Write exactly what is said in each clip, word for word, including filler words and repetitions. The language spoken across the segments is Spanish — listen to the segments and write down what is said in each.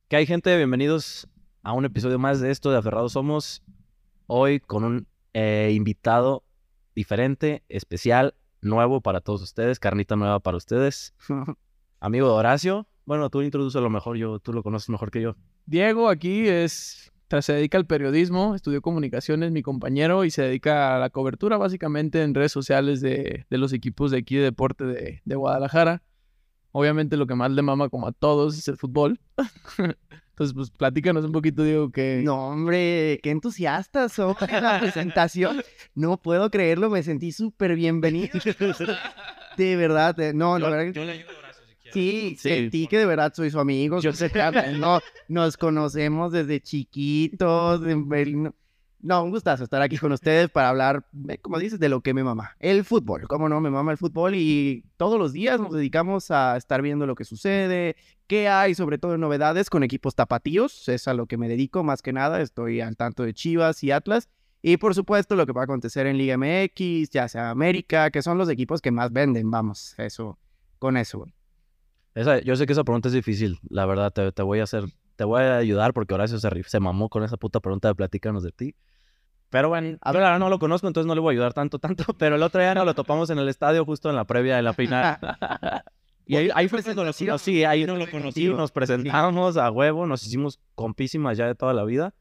¿Qué hay, gente? Bienvenidos a un episodio más de esto de Aferrados Somos. Hoy con un eh, invitado diferente, especial, nuevo para todos ustedes, carnita nueva para ustedes. Amigo de Horacio. Bueno, tú introduce lo mejor, yo, tú lo conoces mejor que yo. Diego aquí es, se dedica al periodismo, estudió comunicaciones, mi compañero, y se dedica a la cobertura básicamente en redes sociales de, de los equipos de aquí de deporte de, de Guadalajara. Obviamente lo que más le mama como a todos es el fútbol. Entonces, pues platícanos un poquito, Diego, que... No, hombre, qué entusiasta sobre la presentación. No puedo creerlo, me sentí súper bienvenido. De verdad, eh, no, Yo, la verdad. yo le ayudo a Horacio si quieres. Sí, Sí. sentí que de verdad soy su amigo. Yo sé que... No, nos conocemos desde chiquitos. en Berlín. No, un gustazo estar aquí con ustedes para hablar, eh, como dices, de lo que me mama. El fútbol, cómo no, me mama el fútbol y todos los días nos dedicamos a estar viendo lo que sucede, qué hay, sobre todo novedades con equipos tapatíos. Es a lo que me dedico más que nada. Estoy al tanto de Chivas y Atlas. Y por supuesto lo que va a acontecer en Liga M X, ya sea América, que son los equipos que más venden, vamos, eso, con eso. Güey. Esa, yo sé que esa pregunta es difícil, la verdad, te, te voy a hacer, te voy a ayudar porque Horacio se, rif- se mamó con esa puta pregunta de platícanos de ti. Pero bueno, a ver, ahora no lo conozco, entonces no le voy a ayudar tanto, tanto, pero el otro día nos lo topamos en el estadio justo en la previa de la final. Y ahí, ahí fue cuando nos conocimos, sí, ahí nos lo conocí, nos presentamos a huevo, nos hicimos compísimas ya de toda la vida.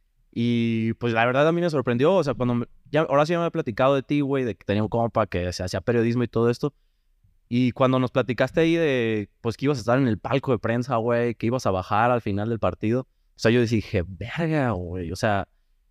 Y pues la verdad a mí me sorprendisí, o sea, cuando me, ya, ahora sí ya me he platicado de ti, güey, de que tenía un compa que se hacía periodismo y todo esto. Y cuando nos platicaste ahí de, pues que ibas a estar en el palco de prensa, güey, que ibas a bajar al final del partido. O sea, yo dije, verga, güey, o sea,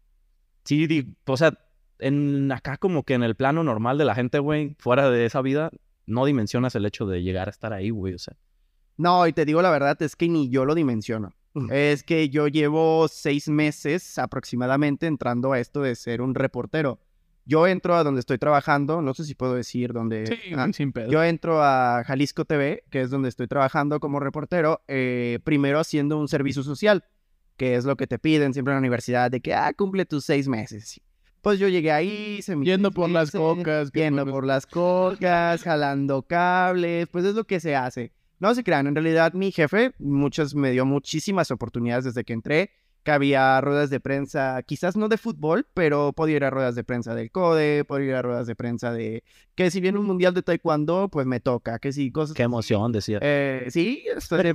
sí, di, o sea, en acá como que en el plano normal de la gente, güey, fuera de esa vida, no dimensionas el hecho de llegar a estar ahí, güey, o sea. No, y te digo la verdad, es que ni yo lo dimensiono. Mm. Es que yo llevo seis meses aproximadamente entrando a esto de ser un reportero. Yo entro a donde estoy trabajando, no sé si puedo decir dónde... Sí, ah, sin pedo. Yo entro a Jalisco T V, que es donde estoy trabajando como reportero, eh, primero haciendo un servicio social, que es lo que te piden siempre en la universidad, de que, ah, cumple tus seis meses. Pues yo llegué ahí, se me... Yendo por las cocas. que Yendo por- por las cocas, jalando cables, pues es lo que se hace. No se crean, en realidad mi jefe muchas, me dio muchísimas oportunidades desde que entré, que había ruedas de prensa, quizás no de fútbol, pero podía ir a ruedas de prensa del CODE, podía ir a ruedas de prensa de... Que si viene un mundial de taekwondo, pues me toca, que si cosas... Qué emoción, decía. Eh, sí, estoy...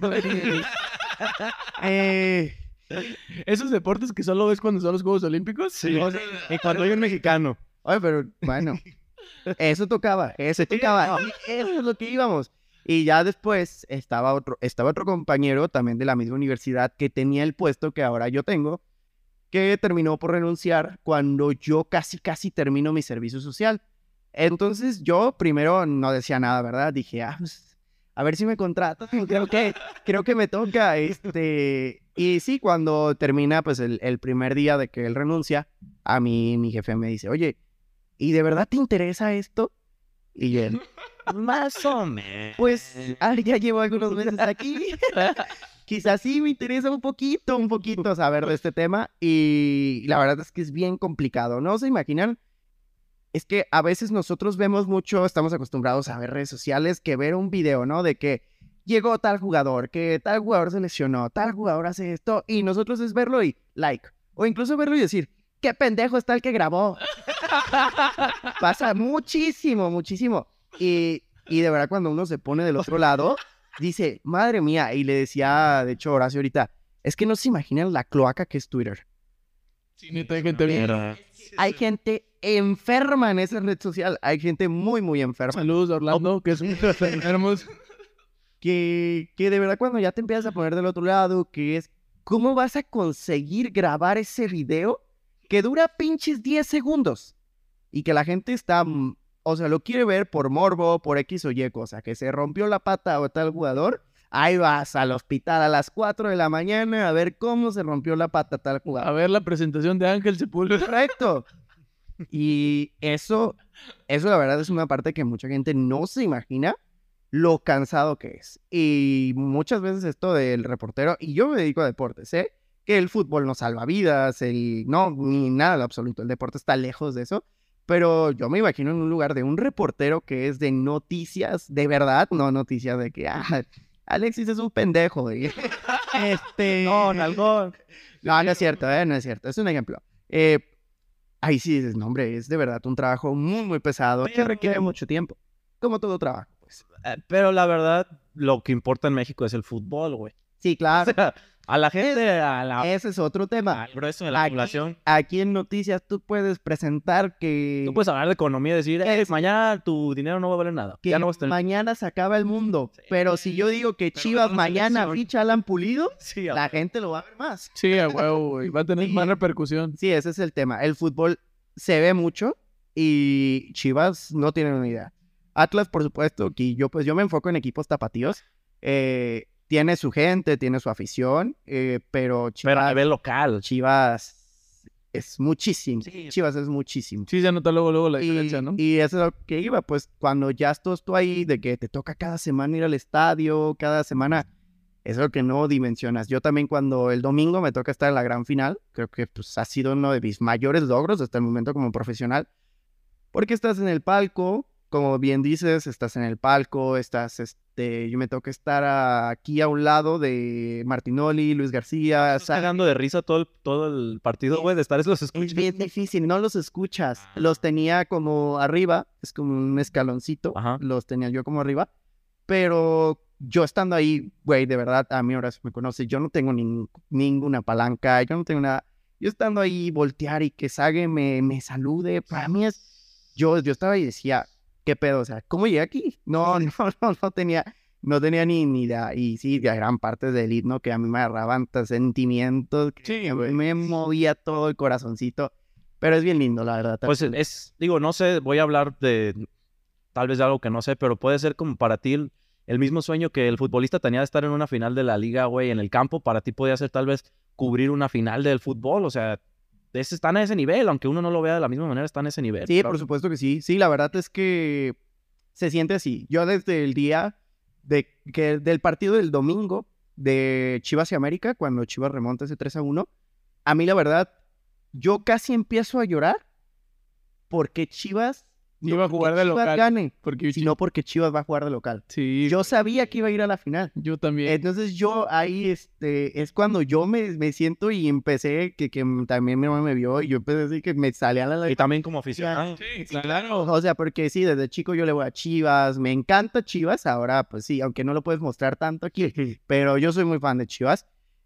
eh, Esos deportes que solo ves cuando son los Juegos Olímpicos. Sí. O sea, y cuando hay un mexicano. Oye, pero bueno, eso tocaba, eso tocaba, eso es lo que íbamos. Y ya después estaba otro, estaba otro compañero también de la misma universidad que tenía el puesto que ahora yo tengo, que terminó por renunciar cuando yo casi, casi termino mi servicio social. Entonces yo primero no decía nada, ¿verdad? Dije, ah, pues, a ver si me contratan, creo que, creo que me toca, este... Y sí, cuando termina, pues, el, el primer día de que él renuncia, a mí mi jefe me dice, oye, ¿y de verdad te interesa esto? Y él, Más o menos. pues, ah, ya llevo algunos meses aquí. Quizás sí me interesa un poquito, un poquito saber de este tema. Y la verdad es que es bien complicado, ¿no? ¿Se imaginan? Es que a veces nosotros vemos mucho, estamos acostumbrados a ver redes sociales, que ver un video, ¿no? De que llegó tal jugador, que tal jugador se lesionó, tal jugador hace esto. Y nosotros es verlo y like. O incluso verlo y decir, qué pendejo está el que grabó. Pasa muchísimo, muchísimo. Y, y de verdad cuando uno se pone del otro lado, dice, madre mía. Y le decía, de hecho, Horacio ahorita, es que no se imaginan la cloaca que es Twitter. sí, neta, hay gente bien. Era- Hay gente enferma en esa red social. Hay gente muy, muy enferma. Saludos a Orlando, que es un hermoso. Que, que de verdad cuando ya te empiezas a poner del otro lado, que es, ¿cómo vas a conseguir grabar ese video que dura pinches diez segundos? Y que la gente está, mm, o sea, lo quiere ver por morbo, por X o Y cosa, que se rompió la pata o tal jugador, ahí vas al hospital a las cuatro de la mañana a ver cómo se rompió la pata tal A jugador. ver la presentación de Ángel Sepúlveda. Correcto. Y eso, eso la verdad es una parte que mucha gente no se imagina lo cansado que es. Y muchas veces esto del reportero, y yo me dedico a deportes, ¿eh? Que el fútbol no salva vidas, el... no, ni nada en absoluto, el deporte está lejos de eso. Pero yo me imagino en un lugar de un reportero que es de noticias, de verdad, no noticias de que, ah, Alexis es un pendejo, güey. Este... No, nalgón. No, no es cierto, ¿eh? No es cierto. Es un ejemplo. Eh, ahí sí dices, no, hombre, es de verdad un trabajo muy, muy pesado que Pero- requiere mucho tiempo. Como todo trabajo, pues. Eh, Pero la verdad, lo que importa en México es el fútbol, güey. Sí, O claro. sea, a la gente, a la, Ese es otro tema. al grueso de la Aquí- población, Aquí en Noticias tú puedes presentar que, tú puedes hablar de economía y decir, eh, mañana tu dinero no va a valer nada. que Ya no vas a tener... mañana se acaba el mundo. Pero si yo digo que Pero Chivas no mañana selección. ficha a Alan Pulido, Sí, a- la gente lo va a ver más. Sí, a huevo, güey. Va a tener Sí. más repercusión. Sí, ese es el tema. El fútbol se ve mucho y Chivas no tienen una idea. Atlas, por supuesto, que yo pues yo me enfoco en equipos tapatíos. Eh, tiene su gente, tiene su afición, eh, pero Chivas, pero a nivel local. Chivas es muchísimo. Sí. Chivas es muchísimo. Sí, se nota luego, luego la Y, diferencia, ¿no? y eso es lo que iba, pues cuando ya estás tú ahí, de que te toca cada semana ir al estadio, cada semana, es lo que no dimensionas. Yo también cuando el domingo me toca estar en la gran final, creo que pues ha sido uno de mis mayores logros hasta el momento como profesional, porque estás en el palco, como bien dices, estás en el palco, estás, este, yo me toca estar a- aquí a un lado de Martinoli, Luis García, Estás cagando de risa todo el, todo el partido, güey, de estar los es escuchando. bien difícil, no los escuchas. Los tenía como arriba, es como un escaloncito, Ajá. los tenía yo como arriba, pero yo estando ahí, güey, de verdad, a mí ahora se me conoce, yo no tengo nin- ninguna palanca, yo no tengo nada. Yo estando ahí, voltear y que Sague me, me salude, para mí es, yo, yo estaba ahí y decía, ¿qué pedo? O sea, ¿cómo llegué aquí? No, no, no, no tenía, no tenía ni, ni idea. Y sí, ya eran partes del himno que a mí me agarraban hasta sentimientos, que Sí, a mí güey. me movía todo el corazoncito. Pero es bien lindo, la verdad. Pues es, digo, no sé, voy a hablar de tal vez de algo que no sé, pero puede ser como para ti el, el mismo sueño que el futbolista tenía de estar en una final de la liga, güey, en el campo, para ti podía ser tal vez cubrir una final del fútbol, o sea, es, están a ese nivel, aunque uno no lo vea de la misma manera, están a ese nivel. Sí, Claro. por supuesto que sí. Sí, la verdad es que se siente así. Yo desde el día de que del partido del domingo de Chivas y América, cuando Chivas remonta ese tres a uno, a mí la verdad, yo casi empiezo a llorar porque Chivas no Iba a porque jugar de Chivas local. gane, Porque sino porque Chivas va a jugar de local. sí, Yo sabía que iba a ir a la final. yo también. Entonces yo ahí, este, es cuando yo me, me siento y empecé, que, que también mi mamá me vio y yo empecé a decir que me salía la Y también como aficionado. Sí, claro. O sea, porque sí, desde chico yo le voy a Chivas, me encanta Chivas, ahora pues sí, aunque no lo puedes mostrar tanto aquí, pero yo soy muy fan de Chivas.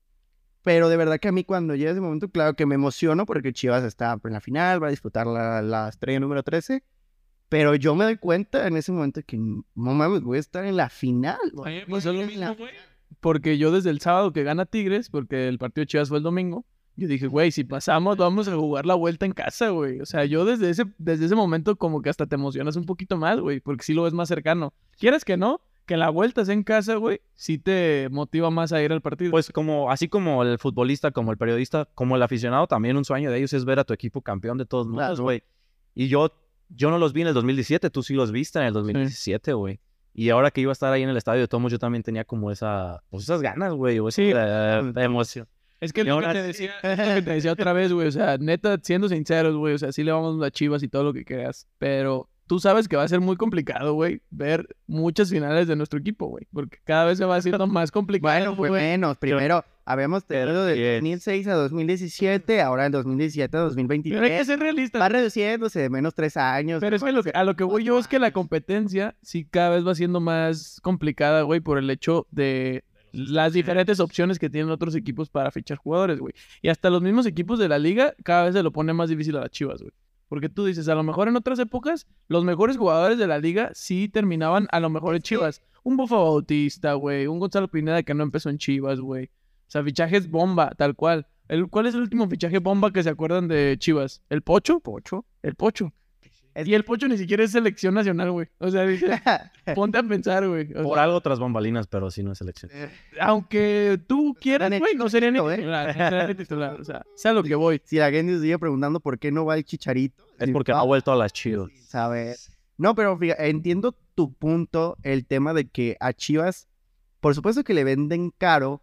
Pero de verdad que a mí cuando llega ese momento, claro que me emociono porque Chivas está en la final, va a disputar la, la estrella número trece, pero yo me doy cuenta en ese momento que no mames, voy a estar en la final. A mí me voy a pasó lo estar en la mismo, güey. Porque yo desde el sábado que gana Tigres, porque el partido de Chivas fue el domingo, yo dije, güey, si pasamos, vamos a jugar la vuelta en casa, güey. O sea, yo desde ese, desde ese momento como que hasta te emocionas un poquito más, güey, porque sí lo ves más cercano. ¿Quieres que no? Que la vuelta es en casa, güey, sí te motiva más a ir al partido. Pues como, así como el futbolista, como el periodista, como el aficionado, también un sueño de ellos es ver a tu equipo campeón de todos modos, Claro. güey. Y yo, yo no los vi en el dos mil diecisiete, tú sí los viste en el dos mil diecisiete, güey. Y ahora que iba a estar ahí en el estadio de Tomos, yo también tenía como esa, pues esas ganas, güey, o esa Sí. eh, emoción. Es que Y lo que, ahora te sí. decía, es lo que te decía otra vez, güey. O sea, neta, siendo sinceros, güey. O sea, sí le vamos a Chivas y todo lo que creas. Pero tú sabes que va a ser muy complicado, güey, ver muchas finales de nuestro equipo, güey. Porque cada vez se va haciendo más complicado. Bueno, fue güey. menos. Primero, habíamos tenido del Bien. dos mil seis a dos mil diecisiete, ahora del dos mil diecisiete a dos mil Pero hay que veintitrés. ser realistas. Va reduciéndose de menos tres años. Pero es que lo que- a lo que voy yo es que la competencia sí cada vez va siendo más complicada, güey, por el hecho de las diferentes opciones que tienen otros equipos para fichar jugadores, güey. Y hasta los mismos equipos de la liga cada vez se lo pone más difícil a las Chivas, güey. Porque tú dices, a lo mejor en otras épocas, los mejores jugadores de la liga sí terminaban a lo mejor en Chivas. Un Bofo Bautista, güey. Un Gonzalo Pineda que no empezó en Chivas, güey. O sea, fichajes bomba, tal cual. El, ¿Cuál es el último fichaje bomba que se acuerdan de Chivas? ¿El Pocho? Pocho. El Pocho. Es- Y el Pocho ni siquiera es selección nacional, güey. O sea, dice, ponte a pensar, güey. O Por sea, algo tras bambalinas, pero sí no es selección. aunque tú quieras, Tan güey, no sería ni chiquito, ¿eh? titular. No sería ni titular. O sea, sé a lo que voy. Si la gente se sigue preguntando por qué no va el Chicharito. Es sí, porque va, ha vuelto a las Chivas. ¿sabes? No, pero fíjate, entiendo tu punto, el tema de que a Chivas, por supuesto que le venden caro,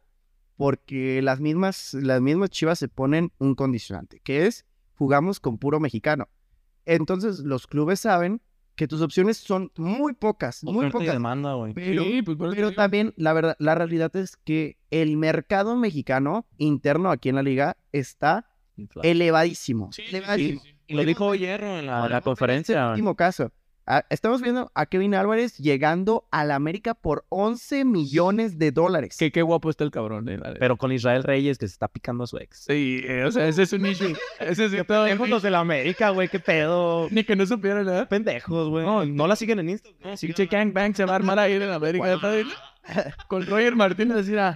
porque las mismas, las mismas Chivas se ponen un condicionante, que es jugamos con puro mexicano. Entonces los clubes saben que tus opciones son muy pocas, muy Oferta y pocas. demanda, güey. Pero, Sí, pues por eso pero digo. también la verdad, la realidad es que el mercado mexicano interno aquí en la liga está elevadísimo. Sí, sí, sí, elevadísimo. sí, sí. Y lo dijo Hierro en la, la conferencia. güey. Último caso. Ah, estamos viendo a Kevin Álvarez llegando a la América por once millones de dólares. Qué, qué guapo está el cabrón, eh, la neta. Pero con Israel Reyes que se está picando a su ex. Sí, eh, o sea, ese es un issue. Ese es todo. Pendejos los de la América, güey, qué pedo. Ni que no supieran nada. Pendejos, güey. No, no la siguen en Instagram. Pinche gangbang se va a armar ahí en América. ya está bien. Con Roger Martínez decir, ah,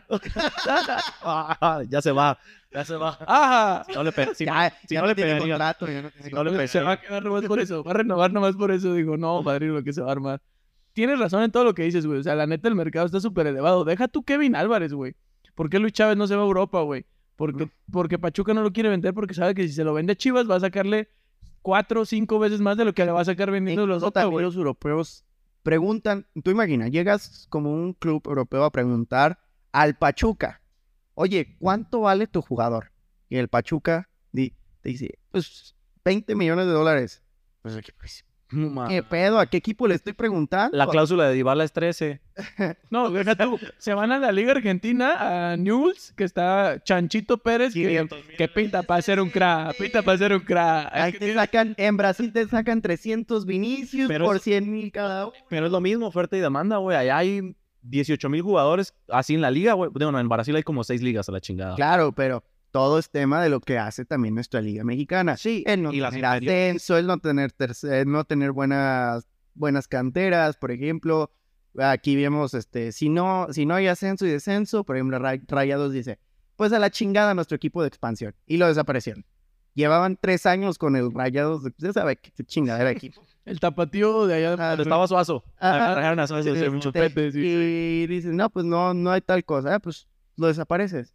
Ah, ya se va, ya se va. ajá, No le pe- si, Ya, si ya no no le tiene pegaría. contrato, ya no tiene Si no le contrato. se va a quedar nomás por eso, va a renovar nomás por eso. Digo, no, padrino, lo que se va a armar. Tienes razón en todo lo que dices, güey. O sea, la neta, el mercado está súper elevado. Deja tú Kevin Álvarez, güey. ¿Por qué Luis Chávez no se va a Europa, güey? Porque, porque Pachuca no lo quiere vender porque sabe que si se lo vende a Chivas va a sacarle cuatro o cinco veces más de lo que le va a sacar vendiendo los Incluso otros, también güey. los europeos preguntan, tú imagina, llegas como un club europeo a preguntar al Pachuca, oye, ¿cuánto vale tu jugador? Y el Pachuca di- te dice, pues veinte millones de dólares. Pues, pues, No, ma. ¿qué pedo? ¿A qué equipo le estoy preguntando? La cláusula de Dybala es trece. No, deja tú. Se van a la Liga Argentina, a Newell's, que está Chanchito Pérez, que, quinientos que pinta para ser un crack, pinta para ser un crack. Ahí te sacan, en Brasil te sacan trescientos Vinicius Pero por es- cien mil cada uno. Pero es lo mismo, oferta y demanda, güey. Allá hay dieciocho mil jugadores así en la liga, güey. Bueno, en Brasil hay como seis ligas a la chingada. Claro, pero todo es tema de lo que hace también nuestra liga mexicana. Sí, El no y las tener inferiores. ascenso, el no tener tercer, no tener buenas, buenas canteras, por ejemplo. Aquí vemos, este, si no, si no hay ascenso y descenso, por ejemplo, Ray- Rayados dice, pues a la chingada nuestro equipo de expansión. Y lo desaparecieron. Llevaban tres años con el Rayados, de- ya sabe qué chingadera de equipo. El tapatío de allá de Ah, Pero estaba Suazo. Ajá. Agarraron a Suazo. Este, sí, mucho. chupete, sí. Y dicen, no, pues no, no hay tal cosa, ah, pues lo desapareces.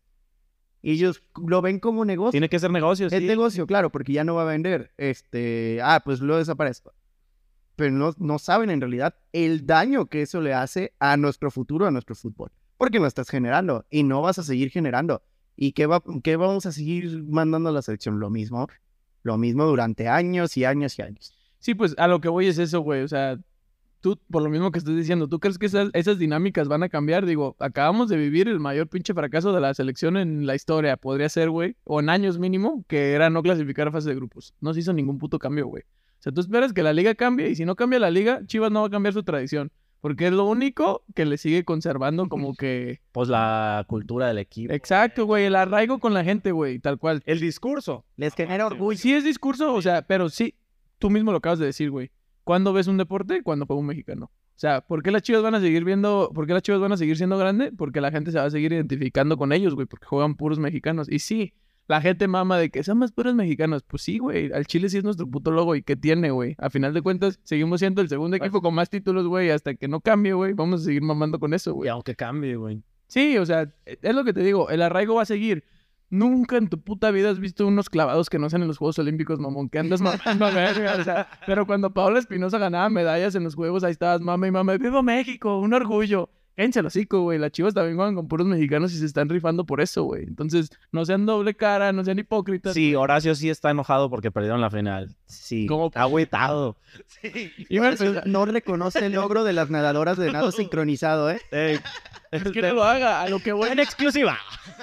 Y ellos lo ven como negocio. Tiene que ser negocio, Es sí. negocio, claro, porque ya no va a vender. Este, ah, pues lo desaparezco. Pero no, no saben en realidad el daño que eso le hace a nuestro futuro, a nuestro fútbol. Porque no estás generando y no vas a seguir generando. ¿Y qué, va, qué vamos a seguir mandando a la selección? Lo mismo. Lo mismo durante años y años y años. Sí, pues a lo que voy es eso, güey. O sea, tú, por lo mismo que estás diciendo, ¿tú crees que esas, esas dinámicas van a cambiar? Digo, acabamos de vivir el mayor pinche fracaso de la selección en la historia. Podría ser, güey, o en años mínimo, que era no clasificar a fase de grupos. No se hizo ningún puto cambio, güey. O sea, tú esperas que la liga cambie y si no cambia la liga, Chivas no va a cambiar su tradición. Porque es lo único que le sigue conservando como que... Pues la cultura del equipo. Exacto, güey, el arraigo con la gente, güey, tal cual. El discurso. Les genera orgullo. Sí es discurso, o sea, pero sí, tú mismo lo acabas de decir, güey. ¿Cuándo ves un deporte? Cuando juega un mexicano. O sea, ¿por qué las Chivas van a seguir viendo, por qué las Chivas van a seguir siendo grandes? Porque la gente se va a seguir identificando con ellos, güey, porque juegan puros mexicanos. Y sí, la gente mama de que son más puros mexicanos. Pues sí, güey, al Chile sí es nuestro puto logo. ¿Y qué tiene, güey? A final de cuentas, seguimos siendo el segundo equipo con más títulos, güey, hasta que no cambie, güey. Vamos a seguir mamando con eso, Y güey. aunque cambie, güey. Sí, o sea, es lo que te digo, el arraigo va a seguir. Nunca en tu puta vida has visto unos clavados que no sean en los Juegos Olímpicos, mamón, que andas mamando, verga, o sea, pero cuando Paola Espinosa ganaba medallas en los Juegos, ahí estabas, mama y mama, ¡viva México! ¡Un orgullo! Cállense el hocico, güey, las Chivas también juegan con puros mexicanos y se están rifando por eso, güey. Entonces, no sean doble cara, no sean hipócritas. Sí, Horacio sí está enojado porque perdieron la final. Sí, ¿Cómo? está agüitado. Sí. Y bueno, pues, No reconoce el logro de las nadadoras de nado sincronizado, ¿eh? Ey, es que no lo haga, a lo que voy en exclusiva.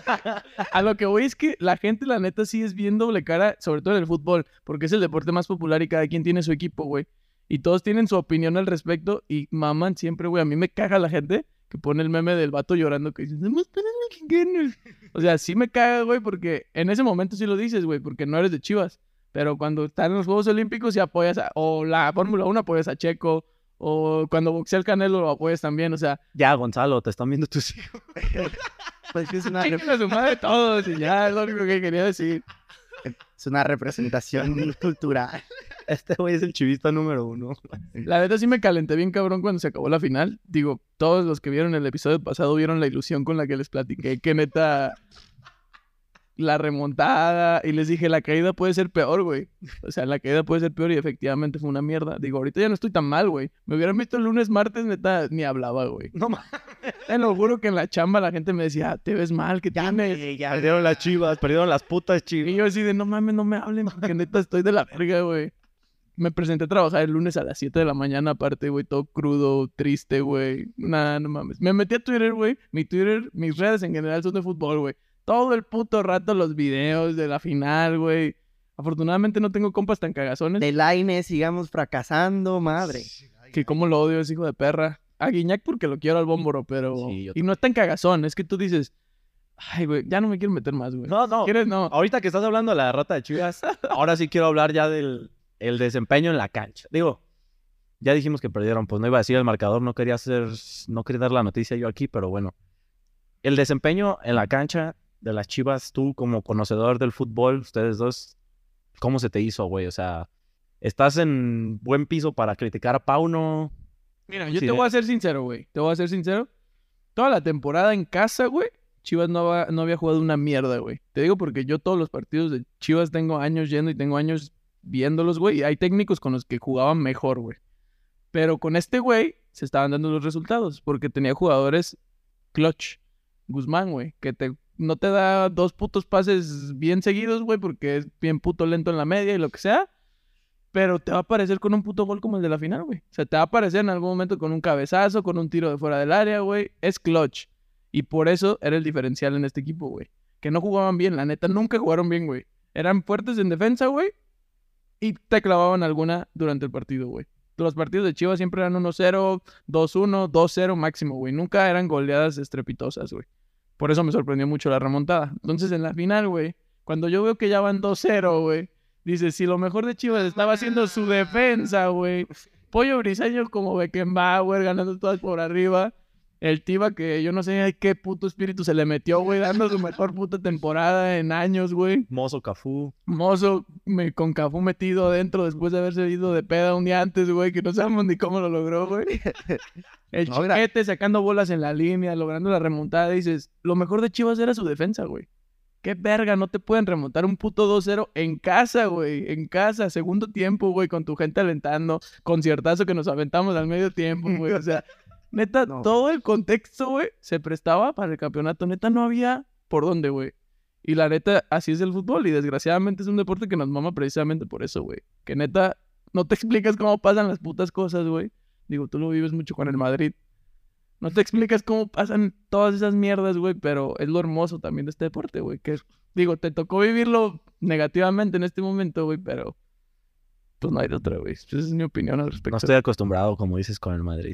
A lo que voy es que la gente, la neta, sí es bien doble cara, sobre todo en el fútbol, porque es el deporte más popular y cada quien tiene su equipo, güey. Y todos tienen su opinión al respecto y maman siempre, güey. A mí me caga la gente que pone el meme del vato llorando que dice, somos puros mexicanos. O sea, sí me caga, güey, porque en ese momento sí lo dices, güey, porque no eres de Chivas. Pero cuando están en los Juegos Olímpicos y apoyas a, o la Fórmula uno apoyas a Checo, o cuando boxea el Canelo lo apoyas también, o sea, Ya, Gonzalo, te están viendo tus hijos. Pues es una, chingan a su madre todos y ya es lo único que quería decir. es una representación cultural. Este güey es el chivista número uno. La neta sí me calenté bien cabrón cuando se acabó la final. Digo, todos los que vieron el episodio pasado vieron la ilusión con la que les platiqué que neta la remontada y les dije la caída puede ser peor, güey. O sea, la caída puede ser peor y efectivamente fue una mierda. Digo, ahorita ya no estoy tan mal, güey. Me hubieran visto el lunes, martes, neta, ni hablaba, güey. No mames. Te lo juro que en la chamba la gente me decía, "Ah, te ves mal, ¿qué tienes?" Ya perdieron las chivas, perdieron las putas Y chivas. yo así de, no mames, no me hablen porque neta estoy de la verga, güey. me presenté a trabajar el lunes a las siete de la mañana, aparte, güey, todo crudo, triste, güey. Nada, no mames. Me metí a Twitter, güey. Mi Twitter, mis redes en general son de fútbol, güey. Todo el puto rato los videos de la final, güey. Afortunadamente no tengo compas tan cagazones. De Lainez, sigamos fracasando, madre. Que cómo lo odio, ese hijo de perra. A Guiñac porque lo quiero al Bómboro, pero... Sí, y no es tan cagazón, es que tú dices... Ay, güey, ya no me quiero meter más, güey. No, no. ¿Quieres? No. Ahorita que estás hablando de la derrota de Chivas, ahora sí quiero hablar ya del el desempeño en la cancha. Digo, ya dijimos que perdieron, pues no iba a decir el marcador, no quería hacer, no quería dar la noticia yo aquí, pero bueno. El desempeño en la cancha de las Chivas, tú como conocedor del fútbol, ustedes dos, ¿cómo se te hizo, güey? O sea, ¿estás en buen piso para criticar a Pauno? Mira, yo Sí, te ¿eh? voy a ser sincero, güey. Te voy a ser sincero. Toda la temporada en casa, güey, Chivas no, va- no había jugado una mierda, güey. Te digo porque yo todos los partidos de Chivas tengo años yendo y tengo años viéndolos, güey. Y hay técnicos con los que jugaban mejor, güey. Pero con este güey se estaban dando los resultados porque tenía jugadores clutch. Guzmán, güey, que te, no te da dos putos pases bien seguidos, güey, porque es bien puto lento en la media y lo que sea. Pero te va a aparecer con un puto gol como el de la final, güey. O sea, te va a aparecer en algún momento con un cabezazo, con un tiro de fuera del área, güey. Es clutch. Y por eso era el diferencial en este equipo, güey. Que no jugaban bien, la neta, nunca jugaron bien, güey. Eran fuertes en defensa, güey. Y te clavaban alguna durante el partido, güey. Los partidos de Chivas siempre eran uno cero, dos uno, dos cero máximo, güey. Nunca eran goleadas estrepitosas, güey. Por eso me sorprendió mucho la remontada. Entonces, en la final, güey, cuando yo veo que ya van dos cero, güey, dice, si lo mejor de Chivas estaba haciendo su defensa, güey. Pollo Briseño como Beckenbauer, ganando todas por arriba. El Tiva que yo no sé a qué puto espíritu se le metió, güey, dando su mejor puta temporada en años, güey. Mozo, Cafú. Mozo me, con Cafú metido adentro después de haberse ido de peda un día antes, güey, que no sabemos ni cómo lo logró, güey. El No, gra- Chiquete sacando bolas en la línea, logrando la remontada. Dices, lo mejor de Chivas era su defensa, güey. Qué verga, no te pueden remontar un puto dos cero en casa, güey. En casa, segundo tiempo, güey, con tu gente alentando. Conciertazo que nos aventamos al medio tiempo, güey. O sea, neta, No. todo el contexto, güey, se prestaba para el campeonato. Neta, no había por dónde, güey. Y la neta, así es el fútbol. Y desgraciadamente es un deporte que nos mama precisamente por eso, güey. Que neta, no te explicas cómo pasan las putas cosas, güey. Digo, tú lo vives mucho con el Madrid. No te explicas cómo pasan todas esas mierdas, güey, pero es lo hermoso también de este deporte, güey. Que, digo, te tocó vivirlo negativamente en este momento, güey, pero pues no hay de otra, güey. Esa es mi opinión al respecto. No estoy acostumbrado, como dices, con el Madrid.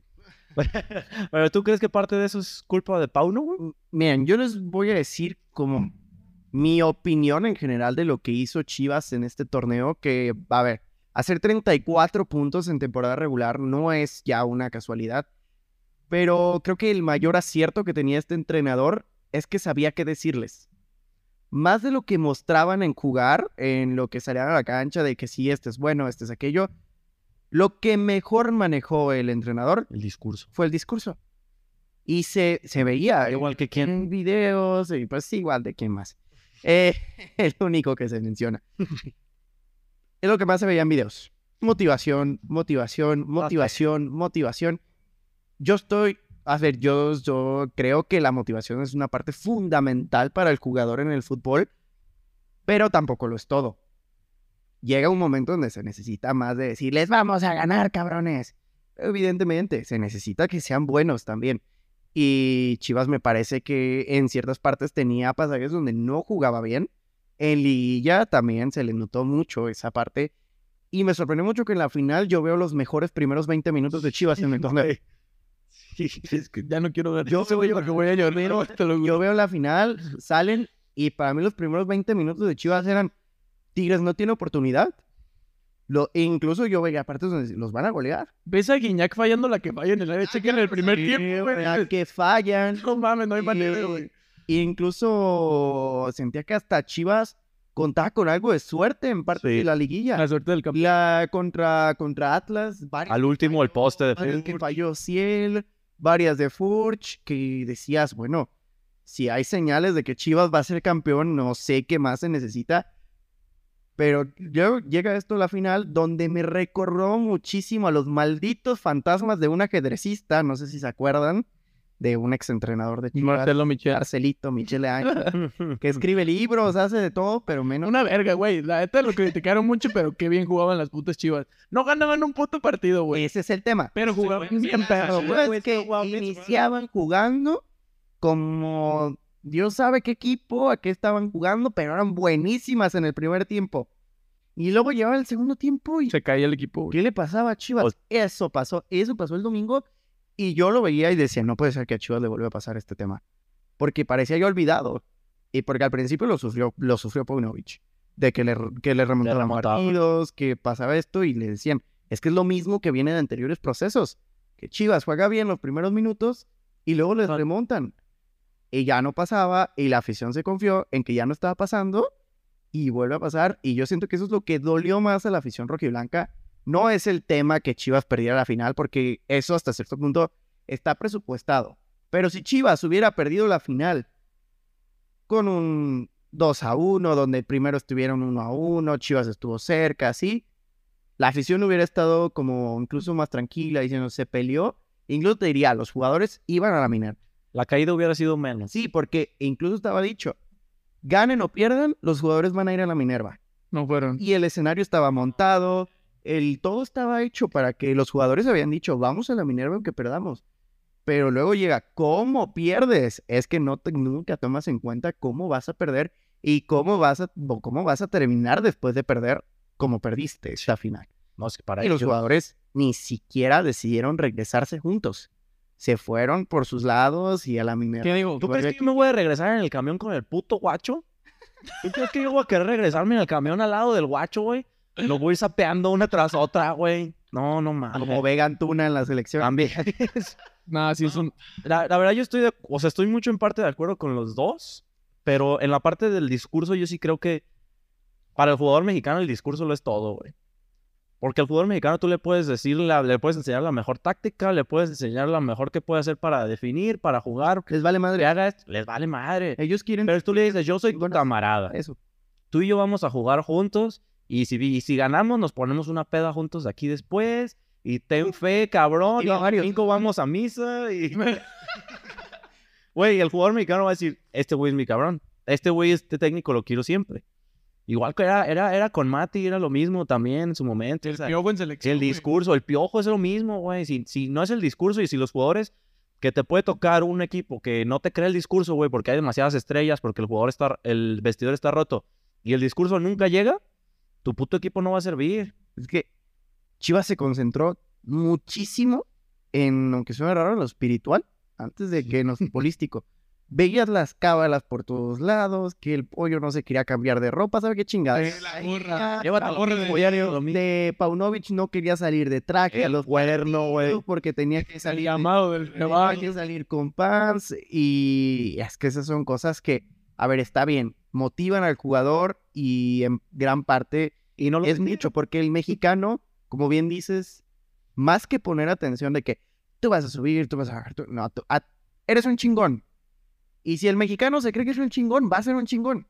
Pero ¿tú crees que parte de eso es culpa de Pauno, güey? Miren, yo les voy a decir como mi opinión en general de lo que hizo Chivas en este torneo, que, a ver, hacer treinta y cuatro puntos en temporada regular no es ya una casualidad, pero creo que el mayor acierto que tenía este entrenador es que sabía qué decirles. Más de lo que mostraban en jugar, en lo que salían a la cancha, de que sí, este es bueno, este es aquello, lo que mejor manejó el entrenador El discurso. fue el discurso. Y se, se veía Igual que quién. en videos, y pues igual de quién más. Eh, el único que se menciona. Es lo que más se veía en videos. Motivación, motivación, motivación, motivación. Yo estoy, a ver, yo, yo creo que la motivación es una parte fundamental para el jugador en el fútbol, pero tampoco lo es todo. Llega un momento donde se necesita más de decirles, vamos a ganar, cabrones. Evidentemente, se necesita que sean buenos también. Y Chivas me parece que en ciertas partes tenía pasajes donde no jugaba bien. En liguilla también se le notó mucho esa parte. Y me sorprendió mucho que en la final yo veo los mejores primeros veinte minutos de Chivas en el torneo. Sí, es que ya no quiero ver. Yo Yo veo- porque voy a llorar. Te lo juro. Yo veo la final, salen, y para mí los primeros veinte minutos de Chivas eran Tigres no tiene oportunidad. Lo, e incluso yo veía partes donde los van a golear. ¿Ves a Guiñac fallando la que falla en el área chica en el primer Sí, tiempo, güey? ¿verdad? Que fallan. No mames, no hay Sí. manera, güey. E incluso sentía que hasta Chivas contaba con algo de suerte en parte Sí. de la liguilla. La suerte del campeón. La contra, contra Atlas, varias Al último, el poste de varias que Furch. falló Ciel, varias de Furch, que decías, bueno, si hay señales de que Chivas va a ser campeón, no sé qué más se necesita. Pero luego llega esto a la final, donde me recordó muchísimo a los malditos fantasmas de un ajedrecista, no sé si se acuerdan, de un exentrenador de Chivas, Marcelo Michel. Marcelito Michele Año, que escribe libros, hace de todo, pero menos... Una verga, güey. La neta lo criticaron mucho, pero qué bien jugaban las putas Chivas. No ganaban un puto partido, güey. Ese es el tema. Pero jugaban bien, perro, Chivas güey. que iniciaban jugando como... Dios sabe qué equipo, a qué estaban jugando, pero eran buenísimas en el primer tiempo. Y luego llevaba el segundo tiempo y... Se caía el equipo, güey. ¿Qué le pasaba a Chivas? Pues- Eso pasó, eso pasó el domingo y yo lo veía y decía, no puede ser que a Chivas le vuelva a pasar este tema. Porque parecía yo olvidado. Y porque al principio lo sufrió, lo sufrió Paunovic. De que le, que le remontaban remontaba. partidos, que pasaba esto y le decían, es que es lo mismo que viene de anteriores procesos. Que Chivas juega bien los primeros minutos y luego les Ah. remontan. Y ya no pasaba y la afición se confió en que ya no estaba pasando y vuelve a pasar. Y yo siento que eso es lo que dolió más a la afición rojiblanca. No es el tema que Chivas perdiera la final, porque eso hasta cierto punto está presupuestado. Pero si Chivas hubiera perdido la final con un dos a uno, donde primero estuvieron uno a uno, Chivas estuvo cerca, así, la afición hubiera estado como incluso más tranquila, diciendo, se peleó. Incluso te diría, los jugadores iban a la Minerva. La caída hubiera sido menos. Sí, porque incluso estaba dicho, ganen o pierdan, los jugadores van a ir a la Minerva. No fueron. Y el escenario estaba montado, el, todo estaba hecho para que los jugadores habían dicho, vamos a la Minerva aunque perdamos. Pero luego llega, ¿cómo pierdes? Es que no te, nunca tomas en cuenta cómo vas a perder y cómo vas a, o cómo vas a terminar después de perder como perdiste esta final. No, es que para Y los ellos- jugadores ni siquiera decidieron regresarse juntos. Se fueron por sus lados y a la Minerva. ¿Qué digo? ¿Tú crees que yo me voy a regresar en el camión con el puto guacho? ¿Tú crees que yo voy a querer regresarme en el camión al lado del guacho, güey? Lo voy a ir sapeando una tras otra, güey. No, no mames. Como Vega Antuna en la selección. También. Nada, sí es un... La, la verdad, yo estoy de... O sea, estoy mucho en parte de acuerdo con los dos. Pero en la parte del discurso, yo sí creo que para el jugador mexicano el discurso lo es todo, güey. Porque al jugador mexicano tú le puedes decir, la- le puedes enseñar la mejor táctica, le puedes enseñar la mejor que puede hacer para definir, para jugar, Les vale que madre. haga esto. Les vale madre. Ellos quieren Pero tú le dices, yo soy tu Bueno, camarada. eso. Tú y yo vamos a jugar juntos. Y si, y si ganamos, nos ponemos una peda juntos aquí después. Y ten fe, cabrón. Y Y el varios. domingo vamos a misa. Y... Güey, el jugador mexicano va a decir, este güey es mi cabrón. Este güey, este técnico lo quiero siempre. Igual que era, era, era con Mati, era lo mismo también en su momento. El o sea, Piojo en selección, el güey. discurso, el piojo es lo mismo, güey. Si, si no es el discurso y si los jugadores que te puede tocar un equipo que no te cree el discurso, güey, porque hay demasiadas estrellas, porque el jugador está, el vestidor está roto y el discurso nunca llega, tu puto equipo no va a servir. Es que Chivas se concentró muchísimo en, aunque suene raro, en lo espiritual, antes de que en lo futbolístico. Veías las cábalas por todos lados, que el pollo no se quería cambiar de ropa, ¿sabe qué chingada? Eh, la gorra. Llévate La la gorra mismo, de- diario, lo mismo. De Paunovic no quería salir de traje a los cuerno, güey. porque tenía que El salir, llamado del tenía rebaño. que salir con pants y es que esas son cosas que, a ver, está bien, motivan al jugador y en gran parte Y no lo es mucho, porque el mexicano, como bien dices, más que poner atención de que tú vas a subir, tú vas a... tú- no, tú- a- eres un chingón. Y si el mexicano se cree que es un chingón, va a ser un chingón.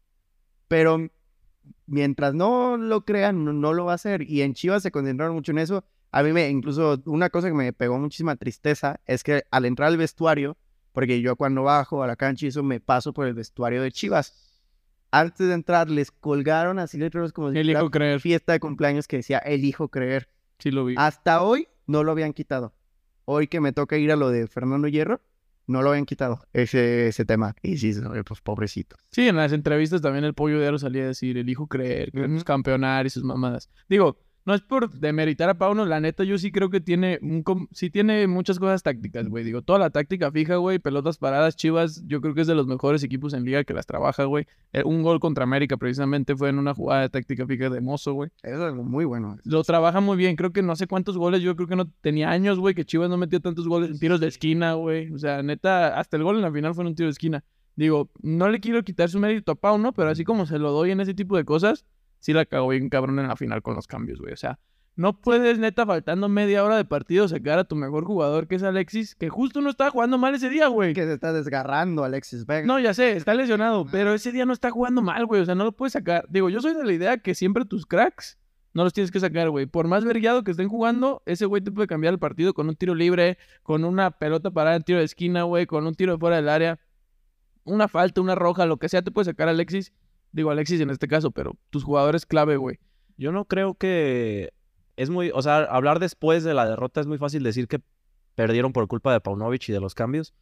Pero mientras no lo crean, no, no lo va a hacer. Y en Chivas se concentraron mucho en eso. A mí me, incluso, una cosa que me pegó muchísima tristeza es que al entrar al vestuario, porque yo cuando bajo a la cancha y eso me paso por el vestuario de Chivas, antes de entrar les colgaron así letreros como si fuera Elijo creer. fiesta de cumpleaños que decía elijo creer. Sí lo vi. Hasta hoy no lo habían quitado. Hoy que me toca ir a lo de Fernando Hierro, no lo habían quitado ese, ese tema. Y sí, pues pobrecito. Sí, en las entrevistas también el pollo de aro salía a decir, elijo creer, queremos campeonar y sus mamadas. Digo, no es por demeritar a Pauno, la neta yo sí creo que tiene un com- sí tiene muchas cosas tácticas, güey. Digo, toda la táctica fija, güey, pelotas paradas, Chivas, yo creo que es de los mejores equipos en liga que las trabaja, güey. Eh, un gol contra América precisamente fue en una jugada de táctica fija de Mozo, güey. Eso es algo muy bueno. Lo trabaja muy bien, creo que no sé cuántos goles, yo creo que no tenía años, güey, que Chivas no metía tantos goles en tiros de esquina, güey. O sea, neta, hasta el gol en la final fue en un tiro de esquina. Digo, no le quiero quitar su mérito a Pau, ¿no? Pero así como se lo doy en ese tipo de cosas, sí la cagó bien cabrón en la final con los cambios, güey. O sea, no puedes, neta, faltando media hora de partido, sacar a tu mejor jugador, que es Alexis, que justo no estaba jugando mal ese día, güey. Que se está desgarrando Alexis Vega. No, ya sé, está lesionado, pero ese día no está jugando mal, güey. O sea, no lo puedes sacar. Digo, yo soy de la idea que siempre tus cracks No los tienes que sacar, güey. Por más vergueado que estén jugando, ese güey te puede cambiar el partido con un tiro libre, con una pelota parada en tiro de esquina, güey, con un tiro de fuera del área, una falta, una roja, lo que sea, te puede sacar a Alexis. Digo, Alexis en este caso, pero tus jugadores clave, güey. Yo no creo que es muy... O sea, hablar después de la derrota es muy fácil decir que perdieron por culpa de Paunovic y de los cambios.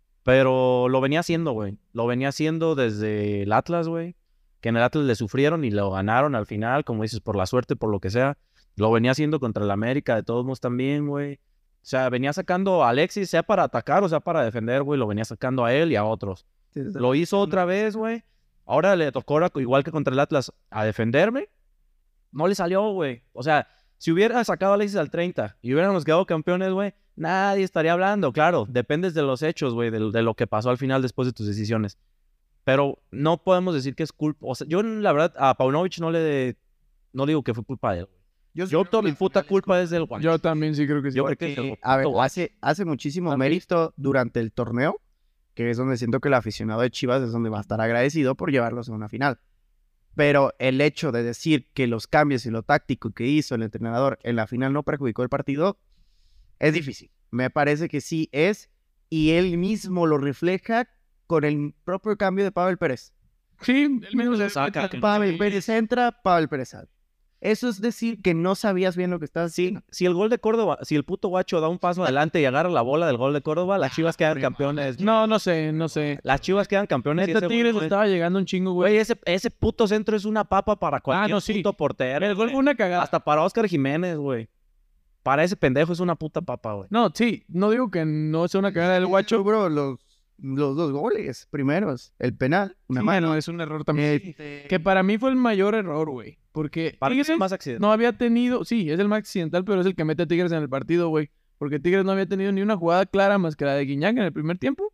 Pero lo venía haciendo, güey. Lo venía haciendo desde el Atlas, güey. Que en el Atlas le sufrieron y lo ganaron al final, como dices, por la suerte, por lo que sea. Lo venía haciendo contra el América, de todos modos también, güey. O sea, venía sacando a Alexis, sea para atacar o sea para defender, güey. Lo venía sacando a él y a otros. Sí, sí, sí. Lo hizo otra vez, güey. Ahora le tocó, igual que contra el Atlas, a defenderme. No le salió, güey. O sea, si hubiera sacado a Alexis al treinta y hubiéramos quedado campeones, güey, nadie estaría hablando. Claro, dependes de los hechos, güey, de, de lo que pasó al final después de tus decisiones. Pero no podemos decir que es culpa. O sea, yo, la verdad, a Paunovic no le... No digo que fue culpa de él. Yo, yo toda mi puta culpa es del Guacho. Yo también sí creo que sí. Yo porque, que a ver, hace, hace muchísimo ¿también? Mérito durante el torneo, que es donde siento que el aficionado de Chivas es donde va a estar agradecido por llevarlos a una final. Pero el hecho de decir que los cambios y lo táctico que hizo el entrenador en la final no perjudicó el partido, es difícil. Me parece que sí es, y él mismo lo refleja con el propio cambio de Pavel Pérez. Sí, él mismo se saca. Pavel Pérez entra, Pavel Pérez sale. Eso es decir que no sabías bien lo que estabas haciendo. Si el gol de Córdoba, si el puto Guacho da un paso adelante y agarra la bola del gol de Córdoba, las Chivas quedan campeones. No, no sé, no sé. Las Chivas quedan campeones. Este Tigres gol, estaba llegando un chingo, güey. Güey, ese, ese puto centro es una papa para cualquier ah, no, sí. puto portero. El gol fue una cagada. Hasta para Oscar Jiménez, güey. Para ese pendejo es una puta papa, güey. No, sí, no digo que no sea una cagada del Guacho. Bro, los... Los dos goles primeros, el penal, una sí, mano. Es un error también. Este... Que para mí fue el mayor error, güey. Porque para Tigres es más accidental. No había tenido, sí, es el más accidental, pero es el que mete a Tigres en el partido, güey. Porque Tigres no había tenido ni una jugada clara más que la de Guiñac en el primer tiempo.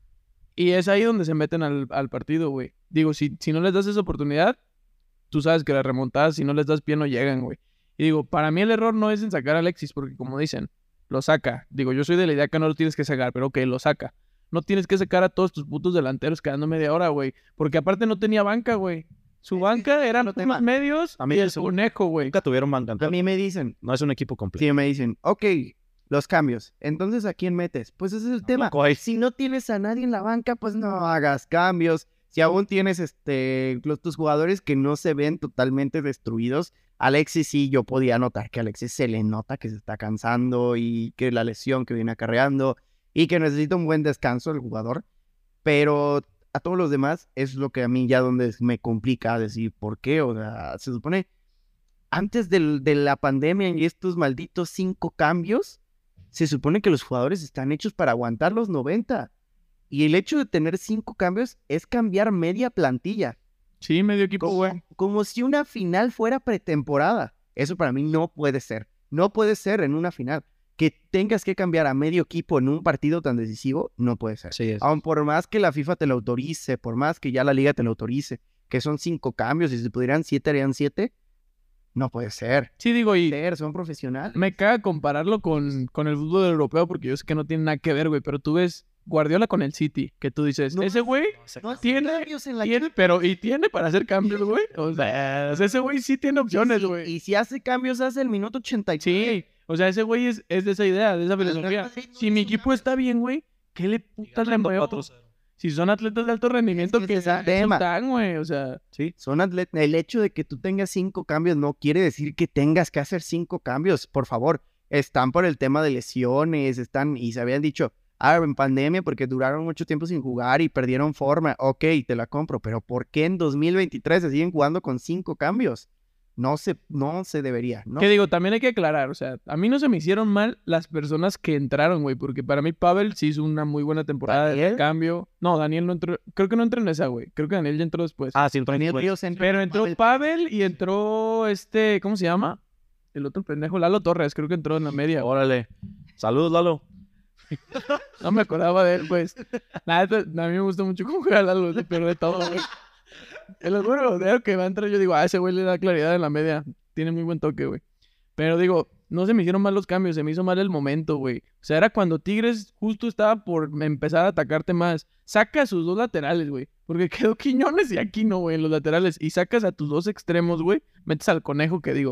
Y es ahí donde se meten al, al partido, güey. Digo, si, si no les das esa oportunidad, tú sabes que las remontadas, si no les das pie, no llegan, güey. Y digo, para mí el error no es en sacar a Alexis, porque como dicen, lo saca. Digo, yo soy de la idea que no lo tienes que sacar, pero ok, lo saca. No tienes que sacar a todos tus putos delanteros quedando media hora, güey. Porque aparte no tenía banca, güey. Su banca eran los temas medios a mí y el conejo, güey. Nunca tuvieron banca. A mí me dicen... No es un equipo completo. Sí, me dicen, ok, los cambios. Entonces, ¿a quién metes? Pues ese es el no, tema. No, si no tienes a nadie en la banca, pues no hagas cambios. Si aún tienes este los, tus jugadores que no se ven totalmente destruidos, Alexis sí, yo podía notar que a Alexis se le nota que se está cansando y que la lesión que viene acarreando... Y que necesita un buen descanso el jugador. Pero a todos los demás es lo que a mí ya donde me complica decir por qué. O sea, se supone antes del, de la pandemia y estos malditos cinco cambios, se supone que los jugadores están hechos para aguantar los noventa. Y el hecho de tener cinco cambios es cambiar media plantilla. Sí, medio equipo, güey. Como, como si una final fuera pretemporada. Eso para mí no puede ser. No puede ser en una final. Que tengas que cambiar a medio equipo en un partido tan decisivo, no puede ser. Sí, Aun por más que la FIFA te lo autorice, por más que ya la liga te lo autorice, que son cinco cambios y si pudieran siete, harían siete, no puede ser. Sí, digo, y... Ser, son profesionales. Me caga compararlo con, con el fútbol europeo porque yo sé que no tiene nada que ver, güey, pero tú ves Guardiola con el City, que tú dices, no, ese güey no, no tiene, en la tiene pero y tiene para hacer cambios, güey. O sea, ese güey sí tiene opciones, güey. Y, y si hace cambios hace el minuto ochenta y nueve. Sí. O sea, ese güey es, es de esa idea, de esa filosofía. Si mi equipo está bien, güey, ¿qué le putas le muevo? Si son atletas de alto rendimiento, es que, que están, güey, o sea... Sí, son atletas. El hecho de que tú tengas cinco cambios no quiere decir que tengas que hacer cinco cambios, por favor. Están por el tema de lesiones, están... Y se habían dicho, ah, en pandemia porque duraron mucho tiempo sin jugar y perdieron forma. Ok, te la compro, pero ¿por qué en dos mil veintitrés se siguen jugando con cinco cambios? No se, no se debería, ¿no? Que digo, también hay que aclarar, o sea, a mí no se me hicieron mal las personas que entraron, güey, porque para mí Pavel sí hizo una muy buena temporada ¿Daniel? de cambio. No, Daniel no entró, creo que no entró en esa, güey, creo que Daniel ya entró después. Ah, sí, entró después. Pero entró Pavel. Pavel y entró este, ¿cómo se llama? El otro pendejo, Lalo Torres, creo que entró en la media. Órale. Saludos, Lalo. No me acordaba de él, pues. Nada, a mí me gusta mucho cómo juega Lalo, pero de todo, güey. El bueno que va a entrar, yo digo, ah, ese güey le da claridad en la media. Tiene muy buen toque, güey. Pero digo, no se me hicieron mal los cambios, se me hizo mal el momento, güey. O sea, era cuando Tigres justo estaba por empezar a atacarte más. Saca a sus dos laterales, güey. Porque quedó Quiñones y Aquino, güey, en los laterales. Y sacas a tus dos extremos, güey. Metes al conejo que digo,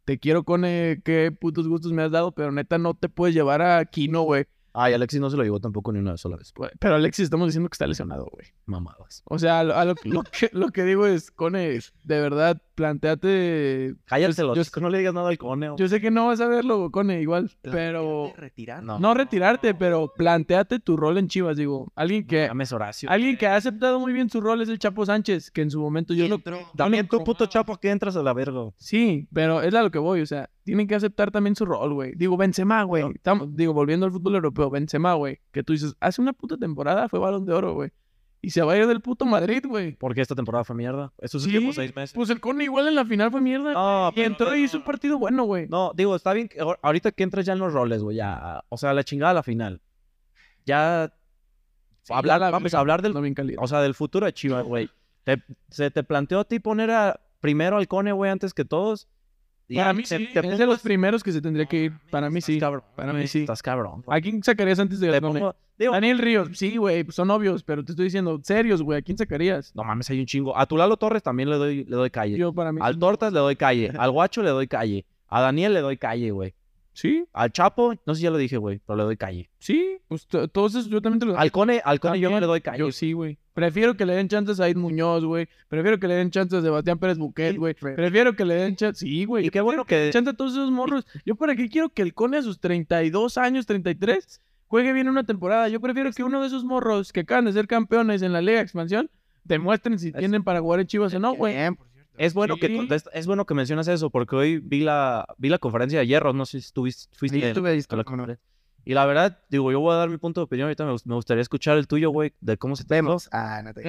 te quiero, Cone, qué putos gustos me has dado, pero neta no te puedes llevar a Kino, güey. Ay, Alexis no se lo llevó tampoco ni una sola vez. Pero Alexis, estamos diciendo que está lesionado, güey. Mamadas. O sea, a lo, a lo, lo, que, lo que digo es, Cone, de verdad, planteate... Cállate, yo, los, yo, no le digas nada al Cone. Yo sé que no vas a verlo, Cone, igual, pero... Retirar. No, no retirarte, pero planteate tu rol en Chivas, digo. Alguien que... James Horacio. Alguien que ha aceptado muy bien su rol es el Chapo Sánchez, que en su momento yo no... También tú, puto Chapo, que entras a la verga. Sí, pero es a lo que voy, o sea, tienen que aceptar también su rol, güey. Digo, Benzema, güey. Estamos, digo, volviendo al fútbol europeo, Benzema, güey. Que tú dices, hace una puta temporada fue Balón de Oro, güey. Y se va a ir del puto Madrid, güey. Porque esta temporada fue mierda. Estos Sí, últimos seis meses. Pues el Cone igual en la final fue mierda. No, y entró pero, y hizo un partido bueno, güey. No, digo, está bien. Que, ahorita que entres ya en los roles, güey. Ya, o sea, la chingada a la final. Ya. Sí, hablar, la, vamos a hablar del. No bien o sea, del futuro de Chivas, güey. Te, se te planteó a ti poner a, primero al Cone, güey, antes que todos. Para mí sí, te es de los primeros que se tendría que ir. Para mí sí. Cabrón, para mí sí. Estás cabrón. ¿A quién sacarías antes de pongo, digo, Daniel Ríos? Sí, güey, pues son obvios, pero te estoy diciendo, serios, güey, ¿a quién sacarías? No mames, hay un chingo. A tu Lalo Torres también le doy, le doy calle. Yo para mí. Al Tortas le doy calle. Al Guacho le doy calle. A Daniel le doy calle, güey. Sí. Al Chapo, no sé si ya lo dije, güey, pero le doy calle. Sí, pues todos esos yo también te lo doy. Al Cone, al Cone yo no le doy calle. Yo sí, güey. Prefiero que le den chances a Id Muñoz, güey. Prefiero que le den chances a Sebastián Pérez Buquet, güey. Prefiero que le den chances. Sí, güey. Y qué bueno que. Chances a todos esos morros. Yo para qué quiero que el Cone a sus treinta y dos años, treinta y tres, juegue bien una temporada. Yo prefiero que uno de esos morros que acaban de ser campeones en la Liga de Expansión demuestren si tienen para jugar en Chivas o no, güey. Es bueno, sí. que contesta, es bueno que mencionas eso, porque hoy vi la, vi la conferencia de Hierro, no sé si estuviste, fuiste sí, estuve a la conferencia. Y la verdad, digo, yo voy a dar mi punto de opinión, ahorita me, me gustaría escuchar el tuyo, güey, de cómo se te Vemos. Ah, no te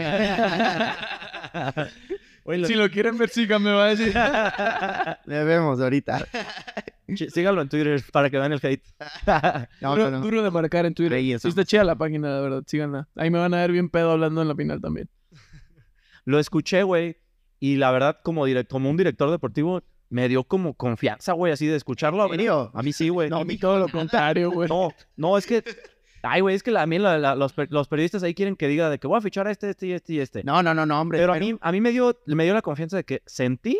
Oye, lo... Si lo quieren ver, síganme, va a decir. Le vemos ahorita. Síganlo en Twitter para que vean el hate. no, duro, no, no. duro de marcar en Twitter. Sí, está chida la página, la verdad, síganla. Ahí me van a ver bien pedo hablando en la final también. Lo escuché, güey. Y la verdad, como, direct, como un director deportivo, me dio como confianza, güey, así de escucharlo. ¿En serio? A mí sí, güey. No, a mí todo lo contrario, güey. No, no, es que... Ay, güey, es que a mí la, la, los, los periodistas ahí quieren que diga de que voy a fichar a este, este y este y este. No, no, no, no, hombre. Pero, pero... A, mí, a mí me dio, me dio la confianza de que sentí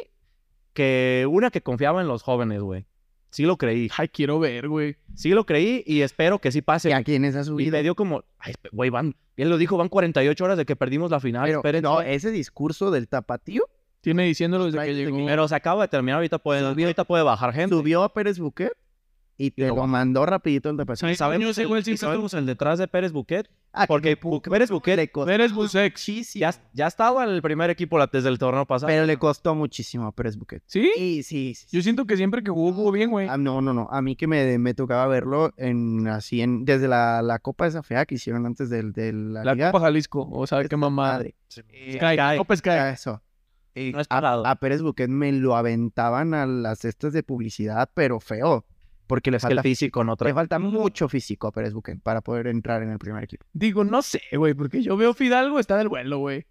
que una que confiaba en los jóvenes, güey. Sí lo creí. Ay, quiero ver, güey. Sí lo creí y espero que sí pase. ¿Y a quiénes ha subido? Y me dio como... Ay, güey, van... Él lo dijo, van cuarenta y ocho horas de que perdimos la final. Pero, espérense. no, ese discurso del tapatío... Tiene diciéndolo desde que llegó. Pero se acaba de terminar, ahorita puede, subió, ahorita puede bajar gente. Subió a Pérez Buquet y te lo mandó rapidito el tapatío. Sí, sabemos, el, el, sabemos el detrás de Pérez Buquet. Ah, porque Bu Pérez Buquet le costó Pérez Buquet ya, ya estaba en el primer equipo desde el torneo pasado. Pero le costó muchísimo a Pérez Buquet. ¿Sí? Sí, sí, sí. Yo siento que siempre que jugó, jugó bien, güey. Ah, no, no, no. A mí que me, me tocaba verlo en así en desde la, la Copa esa fea que hicieron antes de, de la, la Liga. Copa Jalisco. O sea, qué mamá. Sí. Sky, Sky. Copa Sky. Eso. Y no es parado. A, a Pérez Buquet me lo aventaban a las cestas de publicidad, pero feo. Porque le es falta que el físico, no trae. Le falta mucho físico a Pérez Buquet para poder entrar en el primer equipo. Digo, no sé, güey, porque yo veo Fidalgo está del vuelo, güey.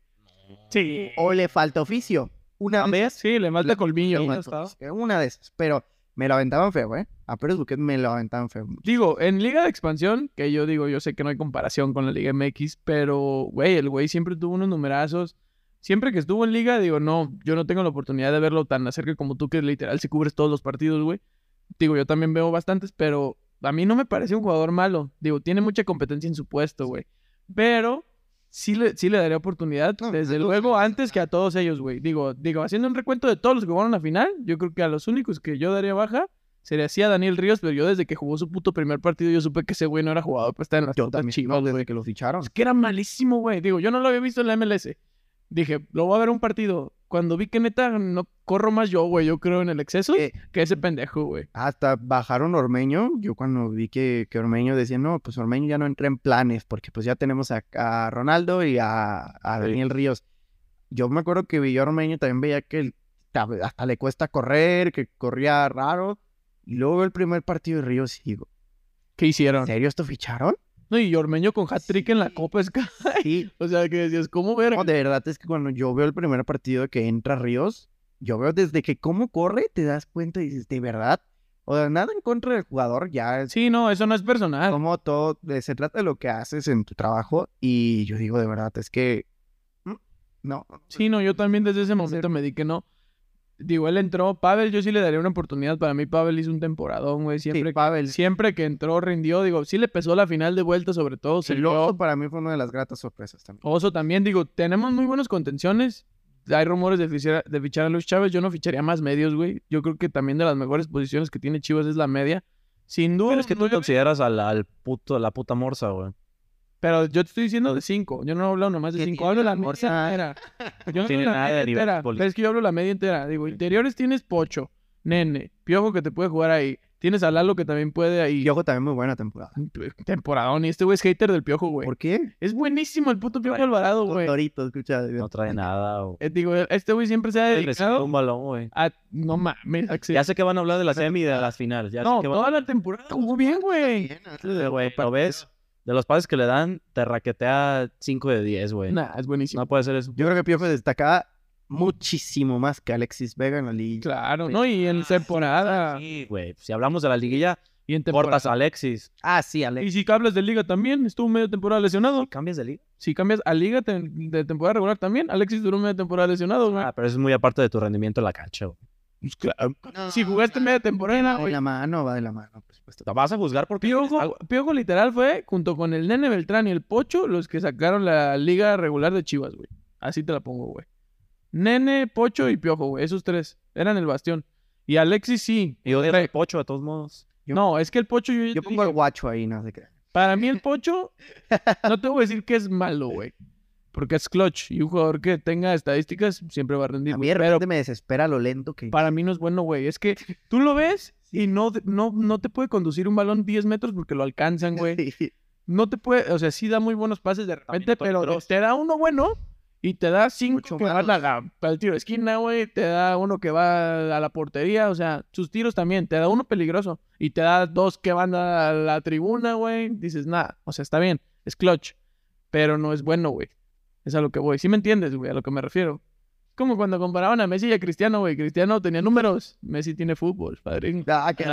Sí. O le falta oficio. Una vez. Sí, le falta colmillo. Sí, una de esas. Pero me lo aventaban feo, ¿eh? A Pérez Buquet me lo aventaban feo. Digo, en Liga de Expansión, que yo digo, yo sé que no hay comparación con la Liga M X, pero, güey, el güey siempre tuvo unos numerazos. Siempre que estuvo en Liga, digo, no, yo no tengo la oportunidad de verlo tan acerca como tú, que literal si cubres todos los partidos, güey. Digo, yo también veo bastantes, pero a mí no me parece un jugador malo. Digo, tiene mucha competencia en su puesto, güey. Pero sí le, sí le daría oportunidad, no, desde no, luego, no, antes que a todos ellos, güey. Digo, digo, haciendo un recuento de todos los que jugaron a la final, yo creo que a los únicos que yo daría baja sería así a Daniel Ríos, pero yo desde que jugó su puto primer partido, yo supe que ese güey no era jugador, pues está en las putas chivas, desde güey. que lo ficharon. Es que era malísimo, güey. Digo, yo no lo había visto en la M L S. Dije, lo voy a ver un partido. Cuando vi que neta no corro más yo, güey, yo creo en el exceso, eh, que ese pendejo, güey. Hasta bajaron Ormeño. Yo cuando vi que, que Ormeño decía, no, pues Ormeño ya no entra en planes, porque pues ya tenemos a, a Ronaldo y a, a Daniel sí. Ríos. Yo me acuerdo que vi a Ormeño, también veía que él, hasta le cuesta correr, que corría raro. Y luego el primer partido de Ríos y digo, ¿qué hicieron? ¿En serio esto ficharon? No, y Ormeño con hat-trick sí. en la Copa Sky. Sí. O sea, que decías, ¿cómo ver? No, de verdad es que cuando yo veo el primer partido que entra Ríos, yo veo desde que cómo corre, te das cuenta y dices, ¿de verdad? O sea, nada en contra del jugador, ya... Sí, no, eso no es personal. Como todo, se trata de lo que haces en tu trabajo y yo digo, de verdad, es que... No. Sí, no, yo también desde ese momento me di que no. digo, él entró, Pavel, yo sí le daría una oportunidad. Para mí, Pavel hizo un temporadón, güey. Siempre, Sí, Pavel. siempre que entró, rindió. Digo, sí le pesó la final de vuelta, sobre todo. Se El Oso para mí fue una de las gratas sorpresas también. Oso también, digo, tenemos muy buenas contenciones. Hay rumores de fichar, de fichar a Luis Chávez. Yo no ficharía más medios, güey. Yo creo que también de las mejores posiciones que tiene Chivas es la media. Sin duda. Pero es que tú consideras al, al puto, la puta morsa, güey. Pero yo te estoy diciendo de cinco. Yo no hablo nomás de ¿Qué cinco. tiene Hablo de la la media Morsa? entera. Yo no Tiene hablo de la nada de media nivel entera. futbolístico. Pero es que yo hablo de la media entera. Digo, interiores tienes Pocho, Nene, Piojo que te puede jugar ahí. Tienes a Lalo que también puede ahí. Piojo también muy buena temporada. Temporadón. Y este güey es hater del Piojo, güey. ¿Por qué? Es buenísimo el puto Piojo Alvarado, güey. Torito, escucha. No trae nada, güey. Eh, digo, este güey siempre se ha Recibe dedicado un balón, güey. a... No mames, Axel. Ya sé que van a hablar de la semi y de las finales. Ya No, sé que van... toda la temporada jugó bien, güey. Sí, güey, ¿lo ves? De los pases que le dan, te raquetea cinco de diez, güey. Nah, es buenísimo. No puede ser eso. Yo creo que Piojo destacaba muchísimo más que Alexis Vega en la liga. Claro, ¿no? Y en temporada. Sí, güey. Si hablamos de la liguilla, Y en temporada. cortas a Alexis. Ah, sí, Y Alexis. si hablas de liga también, estuvo media temporada lesionado. ¿Cambias de liga? Si cambias a liga te- de temporada regular también, Alexis duró media temporada lesionado, güey. Ah, pero eso es muy aparte de tu rendimiento en la cancha, güey. Pues claro. Si jugaste media temporada, Va de güey. la mano, va de la mano, por supuesto. ¿Te vas a juzgar por Piojo, Piojo literal fue, junto con el Nene Beltrán y el Pocho, los que sacaron la liga regular de Chivas, güey. Así te la pongo, güey. Nene, Pocho y Piojo, güey. Esos tres eran el bastión. Y Alexis sí. Y odias Tre- al Pocho, de todos modos. Yo- No, es que el Pocho... Yo, ya Yo te pongo dije, al guacho ahí, no sé qué. para mí el Pocho, no te voy a decir que es malo, güey. Porque es clutch. Y un jugador que tenga estadísticas siempre va a rendir. A mí de Pero repente me desespera lo lento que... para mí no es bueno, güey. Es que tú lo ves y no, no, no te puede conducir un balón diez metros porque lo alcanzan, güey. Sí. No te puede, o sea, sí da muy buenos pases de repente, También pero Cross. te da uno bueno y te da cinco Mucho que malos. van a la, al tiro de esquina, güey. Te da uno que va a la portería, o sea, sus tiros también. Te da uno peligroso y te da dos que van a la tribuna, güey. Dices, nada, o sea, está bien, es clutch, pero no es bueno, güey. Es a lo que voy. ¿Sí me entiendes, güey? A lo que me refiero. Como cuando comparaban a Messi y a Cristiano, güey. Cristiano tenía números, Messi tiene fútbol, padre. Ah, que...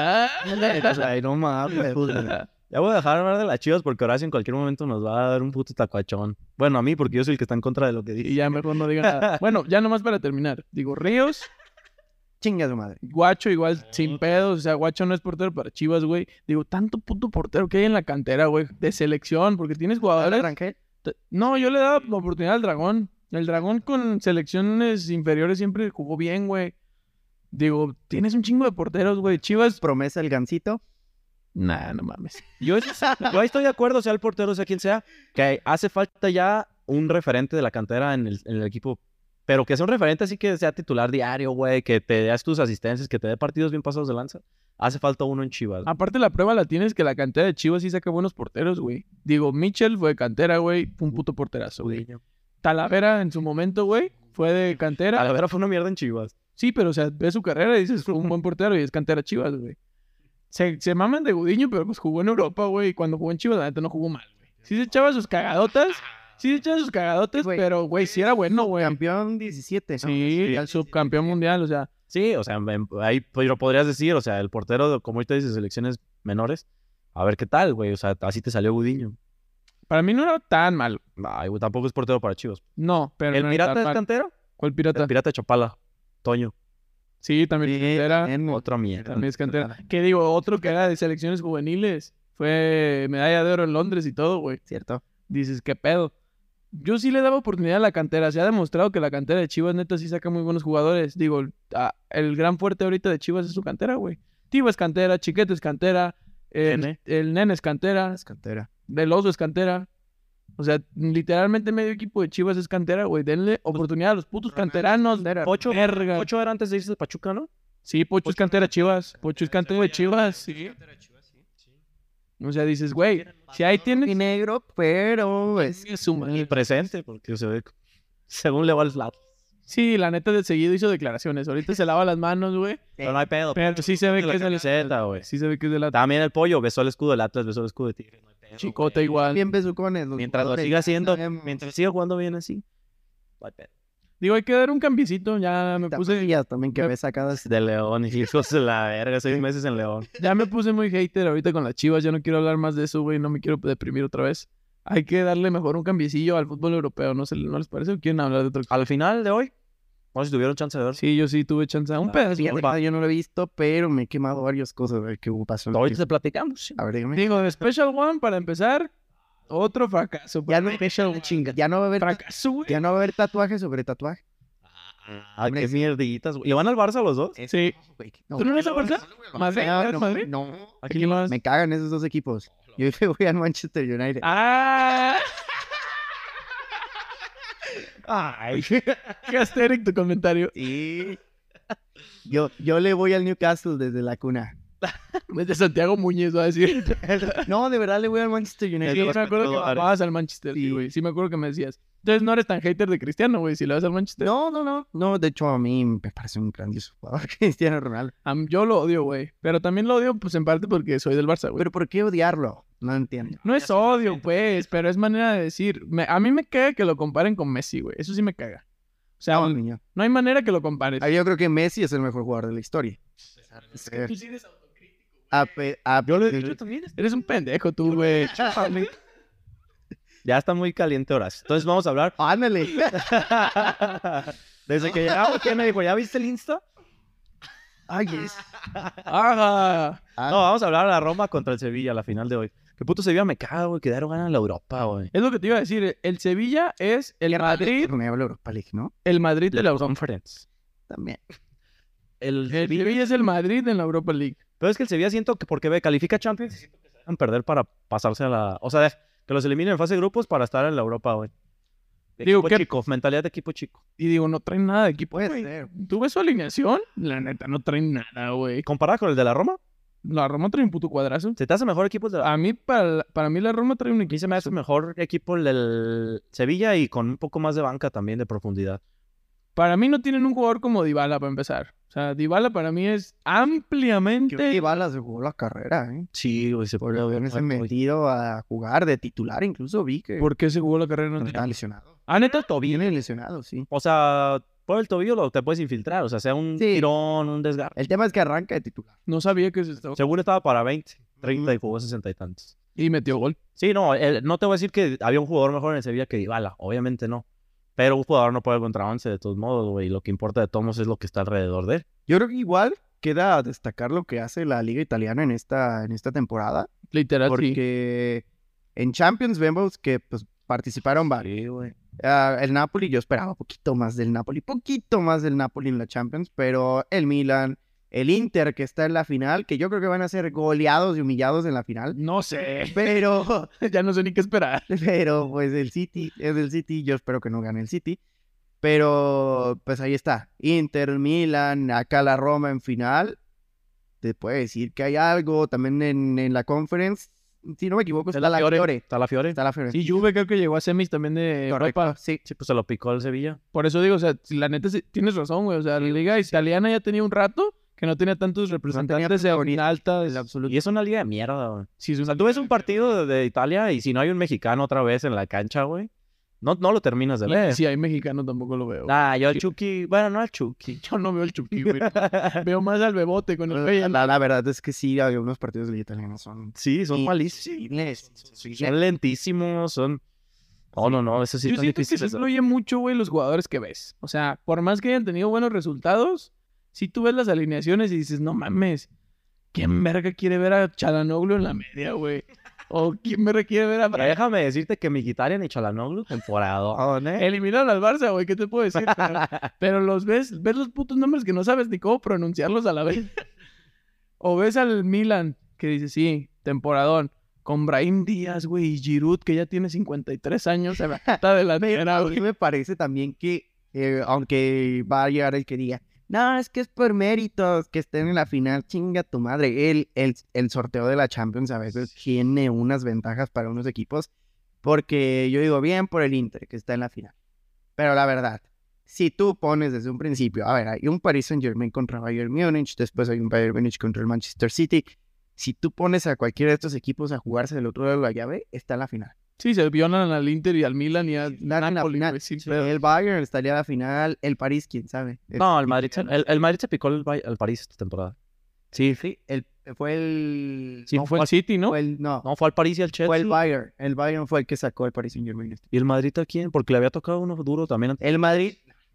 Ay, no mames. Ya voy a dejar de hablar de las Chivas porque Horacio en cualquier momento nos va a dar un puto tacuachón. Bueno, a mí porque yo soy el que está en contra de lo que Y dice. ya mejor no diga nada. Bueno, ya nomás para terminar. Digo, Ríos, Chinga su madre. Guacho igual sin pedos. O sea, Guacho no es portero para Chivas, güey. Digo, tanto puto portero que hay en la cantera, güey. De selección, porque tienes jugadores... Rangel? Te- No, yo le daba la oportunidad al Dragón. El Dragón con selecciones inferiores siempre jugó bien, güey. Digo, tienes un chingo de porteros, güey. Chivas... Promesa el Gancito. Nah, no mames. Yo, yo ahí estoy de acuerdo, sea el portero, sea quien sea, que hace falta ya un referente de la cantera en el, en el equipo. Pero que sea un referente así que sea titular diario, güey, que te des tus asistencias, que te dé partidos bien pasados de lanza. Hace falta uno en Chivas. Aparte, la prueba la tienes que la cantera de Chivas sí saca buenos porteros, güey. Digo, Mitchell fue de cantera, güey. Fue un puto porterazo, güey. Talavera en su momento, güey, fue de cantera. A la vera fue una mierda en Chivas. Sí, pero o sea, ves su carrera y dices, fue un buen portero y es cantera Chivas, güey. Se, se maman de Gudiño, pero pues jugó en Europa, güey. Y cuando jugó en Chivas, la neta no jugó mal, güey. Sí se echaba sus cagadotas. Sí se echaba sus cagadotas, Güey, pero, güey, sí era bueno, güey. Campeón diecisiete, ¿no? Sí, el subcampeón mundial, o sea. Sí, o sea, em- ahí pues, lo podrías decir, o sea, el portero, de- como ahorita dices, selecciones menores, a ver qué tal, güey, o sea, así te salió Gudiño. Para mí no era tan malo. Ay, güey, tampoco es portero para Chivas. No, pero ¿El no era pirata tan es mal. cantero? ¿Cuál pirata? El pirata de Chapala, Toño. Sí, también es cantera. bien, Otra mierda. También es cantera. Que digo, otro que era de selecciones juveniles. Fue medalla de oro en Londres y todo, güey. Cierto. Dices, ¿qué pedo? Yo sí le daba oportunidad a la cantera. Se ha demostrado que la cantera de Chivas, neta, sí saca muy buenos jugadores. Digo, a- el gran fuerte ahorita de Chivas es su cantera, güey. Tiba es cantera, Chiquete es cantera, el Nene. el Nene es cantera, Es cantera. Del Oso es cantera. O sea, literalmente medio equipo de Chivas es cantera, güey. Denle oportunidad a los putos canteranos. Pocho, Verga. Pocho era antes de irse de Pachuca, ¿no? Sí, Pocho es cantera Chivas. Pocho es cantera de Chivas, sí. O sea, dices, güey, si ahí Y tienes... negro, pero es... Chingue su madre. Y presente, porque se ve, según le va el lado. Sí, la neta de seguido hizo declaraciones. Ahorita se lava las manos, güey. Pero no hay pedo. Pero sí se ve de que la es de la... camiseta, güey. Sí se ve que es de la... También el pollo besó el escudo del Atlas, besó el escudo de Tigre. No hay pedo, Chicota güey. igual. Bien besucones. los Mientras lo jugadores, siga ya haciendo, sabemos. mientras siga jugando bien así, no hay pedo. Digo, hay que dar un cambiecito. Ya me puse... Tapatías también que me- ve sacadas. De León, hijos de la verga, seis meses en León. Ya me puse muy hater ahorita con las Chivas. Ya no quiero hablar más de eso, güey. No me quiero deprimir otra vez. Hay que darle mejor un cambiecillo al fútbol europeo. ¿No, se, ¿no les parece o quieren hablar de otra cosa? Al final de hoy, No sé si tuvieron chance de ver. Sí, yo sí tuve chance. Un Ah, pedazo. Fíjate que yo no lo he visto, pero me he quemado varias cosas de que pasó. Ahorita te platicamos. A ver, dígame. Digo, de Special One, para empezar, otro fracaso. Ya no, chinga. ya no va a haber, Fracaso, güey. ya no va a haber tatuaje sobre tatuaje. Ah, qué mierditas, güey. ¿Le van al Barça los dos? Sí. No, ¿Tú no eres al Barça? ¿Madrid? no, ¿Eres no, Madrid? no. Aquí más. Me cagan esos dos equipos. Yo le voy al Manchester United. ¡Ah! Ay. Qué asteric tu comentario. Sí. Yo, yo le voy al Newcastle desde la cuna. De Santiago Muñiz, va a decir. No, de verdad le voy al Manchester Sí, United. me acuerdo que vas al Manchester, sí, Sí. güey. Sí, me acuerdo que me decías. Entonces no eres tan hater de Cristiano, güey, si le vas al Manchester. No, no, no. No, de hecho a mí me parece un grandioso jugador Cristiano Ronaldo. Am- yo lo odio, güey. Pero también lo odio, pues, en parte porque soy del Barça, güey. Pero ¿por qué odiarlo? No entiendo. No es odio, pues, pero es manera de decir. Me- a mí me caga que lo comparen con Messi, güey. Eso sí me caga. O sea, No, no, niño. hay manera que lo compares. Ah, yo creo que Messi es el mejor jugador de la historia. Es que tú sí eres autocrítico. A pe- a- Yo le yo también. Eres un pendejo tú, güey. Ya está muy caliente Horacio. Entonces vamos a hablar. Ándale. Desde que llegamos, ¿quién me dijo? ¿Ya viste el Insta? Ay, es. Ajá. Ah, No, vamos a hablar a la Roma contra el Sevilla, la final de hoy. Que puto Sevilla me caga, güey. Quedaron ganas en la Europa, güey. Es lo que te iba a decir. El Sevilla es el Madrid, torneo de la Europa League, ¿no? el Madrid de la La Europa. Conference. También. El El Sevilla. Sevilla es el Madrid en la Europa League. Pero es que el Sevilla siento que porque ve, califica Champions y siento que se dejan perder para pasarse a la... O sea, que los eliminen en fase de grupos para estar en la Europa, güey. De Digo, equipo ¿qué- chico, mentalidad de equipo chico. Y digo, no traen nada de equipo, Puede güey. ser. ¿Tú ves su alineación? La neta, no traen nada, güey. Comparada con el de la Roma, La Roma trae un puto cuadrazo. ¿se te hace mejor equipo el de la... A mí, para, para mí, la Roma trae un A mí equipo. se me hace mejor equipo el del Sevilla y con un poco más de banca también, de profundidad. Para mí no tienen un jugador como Dybala para empezar. O sea, Dybala para mí es ampliamente... Creo que Bala se jugó la carrera, ¿eh? Sí, güey, se Por puede ver. haberse metido a jugar de titular, incluso vi que ¿Por qué se jugó la carrera? No estaba entiendo. lesionado. Ah, neta, tobillo. Viene lesionado, sí. O sea, por el tobillo lo, te puedes infiltrar. O sea, sea un Sí. tirón, un desgarre. El tema es que arranca de titular. No sabía que se estaba... Según estaba para veinte, treinta y jugó sesenta y tantos. Y metió gol. Sí, no, el- no te voy a decir que había un jugador mejor en el Sevilla que Dybala. Obviamente no. Pero un jugador no puede contra once de todos modos, güey. Lo que importa de todos modos es lo que está alrededor de él. Yo creo que igual queda a destacar lo que hace la Liga Italiana en esta, en esta temporada. Literal, sí. Porque en Champions vemos que pues, participaron varios. Sí, güey. Ah, el Napoli, yo esperaba poquito más del Napoli, poquito más del Napoli en la Champions, pero el Milan, el Inter que está en la final, que yo creo que van a ser goleados y humillados en la final, No sé. pero, Ya no sé ni qué esperar. pero pues el City, es el City, yo espero que no gane el City, pero pues ahí está, Inter, Milan, acá la Roma en final, te puede decir que hay algo, también en, en la Conference, si no me equivoco, está la Fiore, Está la Fiore. está la Fiore. Y Juve creo que llegó a semis también de Correcto, Europa. sí. Sí, pues se lo picó el Sevilla. Por eso digo, o sea, si la neta sí- tienes razón, güey. O sea, la liga italiana ya tenía un rato que no tenía tantos representantes de protagonistas, alta. el absoluto. Y es una liga de mierda, güey. Sí, es O una- sea, tú ves un partido de, de Italia y si no hay un mexicano otra vez en la cancha, güey, no, no lo terminas de Y ver. si hay mexicano tampoco lo veo. Nah, yo al Chucky, bueno, no al Chucky. Yo no veo el Chucky, güey. Veo más al Bebote con el Bella. La, la verdad es que sí, algunos partidos de la italiana son Sí, son Y- malísimos. Sí, Son lentísimos, son... No, no, no, eso sí Yo es siento que difícil. se influye mucho, güey, los jugadores que ves. O sea, por más que hayan tenido buenos resultados, si tú ves las alineaciones y dices, no mames, ¿quién verga quiere ver a Chalanoglu en la media, güey? O ¿quién verga quiere ver a... Pero déjame decirte que Mkhitaryan y Chalanoglu, temporada. Eliminaron al Barça, güey, ¿qué te puedo decir? Pero, pero los ves, ves los putos nombres que no sabes ni cómo pronunciarlos a la vez. O ves al Milan, que dice, sí, temporadón, con Brahim Díaz, güey, y Giroud, que ya tiene cincuenta y tres años, se me está de la A mí me parece también que, eh, aunque va a llegar el que diga, no, es que es por méritos que estén en la final, chinga tu madre. El, el, el sorteo de la Champions a veces tiene unas ventajas para unos equipos, porque yo digo bien por el Inter, que está en la final. Pero la verdad, si tú pones desde un principio, a ver, hay un Paris Saint-Germain contra Bayern Múnich, después hay un Bayern Múnich contra el Manchester City, si tú pones a cualquiera de estos equipos a jugarse del otro lado de la llave, está en la final. Sí, se violan al Inter y al Milan y al Están en la Napoli, final. güey, sí, Pero el Bayern estaría en la final, el París, quién sabe. No, el Madrid, se- el, el Madrid se picó el, Bay- el París esta temporada. Sí, Sí, el, fue el... Sí, no, fue el City, ¿no? fue el- no, no, fue al París y al Chelsea. fue el Bayern. El Bayern fue el que sacó el Paris Saint-Germain. ¿Y el Madrid a quién? Porque le había tocado uno duro también. El Madrid...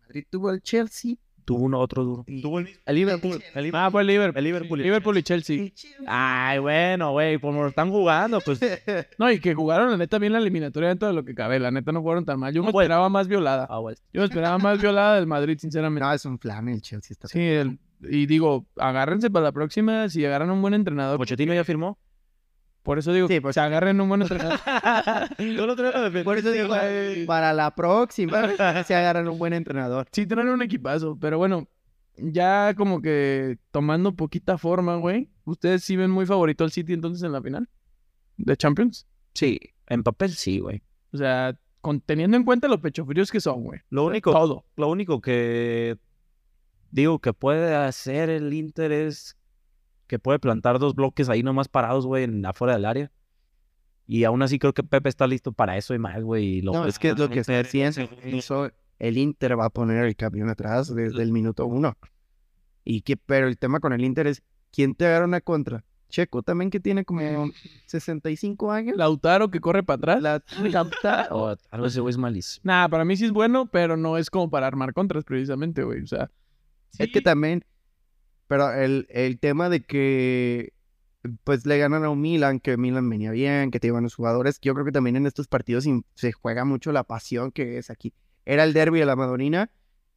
Madrid tuvo el Chelsea. Tuvo uno otro duro. Y- Tuvo el, el Liverpool. El Liverpool. Ah, fue el Liverpool. El Liverpool. y el Liverpool y Chelsea. el Chelsea. Ay, bueno, güey, como están jugando, pues. No, y que jugaron la neta bien la eliminatoria dentro de lo que cabe. La neta no jugaron tan mal. Yo me No, güey. esperaba más violada. Ah, güey. Yo me esperaba más violada del Madrid, sinceramente. No, es un flan el Chelsea. Está Sí, el- y digo, agárrense para la próxima si agarran un buen entrenador. ¿Pochettino ya firmó? Por eso digo, Sí, se pues- agarren un buen entrenador. Yo lo traigo de Por eso digo, para la próxima se agarran un buen entrenador. Sí, tienen un equipazo, pero bueno, ya como que tomando poquita forma, güey. ¿Ustedes sí ven muy favorito al City entonces en la final de Champions? Sí, en papel sí, güey. O sea, con, teniendo en cuenta los pechofríos que son, güey. Lo único, Todo. lo único que digo que puede hacer el Inter es que puede plantar dos bloques ahí nomás parados, güey, en afuera del área. Y aún así creo que Pepe está listo para eso y más, güey. y lo- No, es que es lo que Inter- está haciendo. Eso, el Inter va a poner el camión atrás desde el minuto uno. Y que, pero el tema con el Inter es, ¿quién te agarra una contra? Checo, también que tiene como sesenta y cinco años. Lautaro que corre para atrás. La Lautaro. Oh, algo ese güey es malísimo. Nah, para mí sí es bueno, pero no es como para armar contras precisamente, güey. O sea, Es que también, pero el, el tema de que pues le ganan a un Milan, que Milan venía bien, que te iban los jugadores, yo creo que también en estos partidos in- se juega mucho la pasión que es aquí. Era el derbi de la Madonina,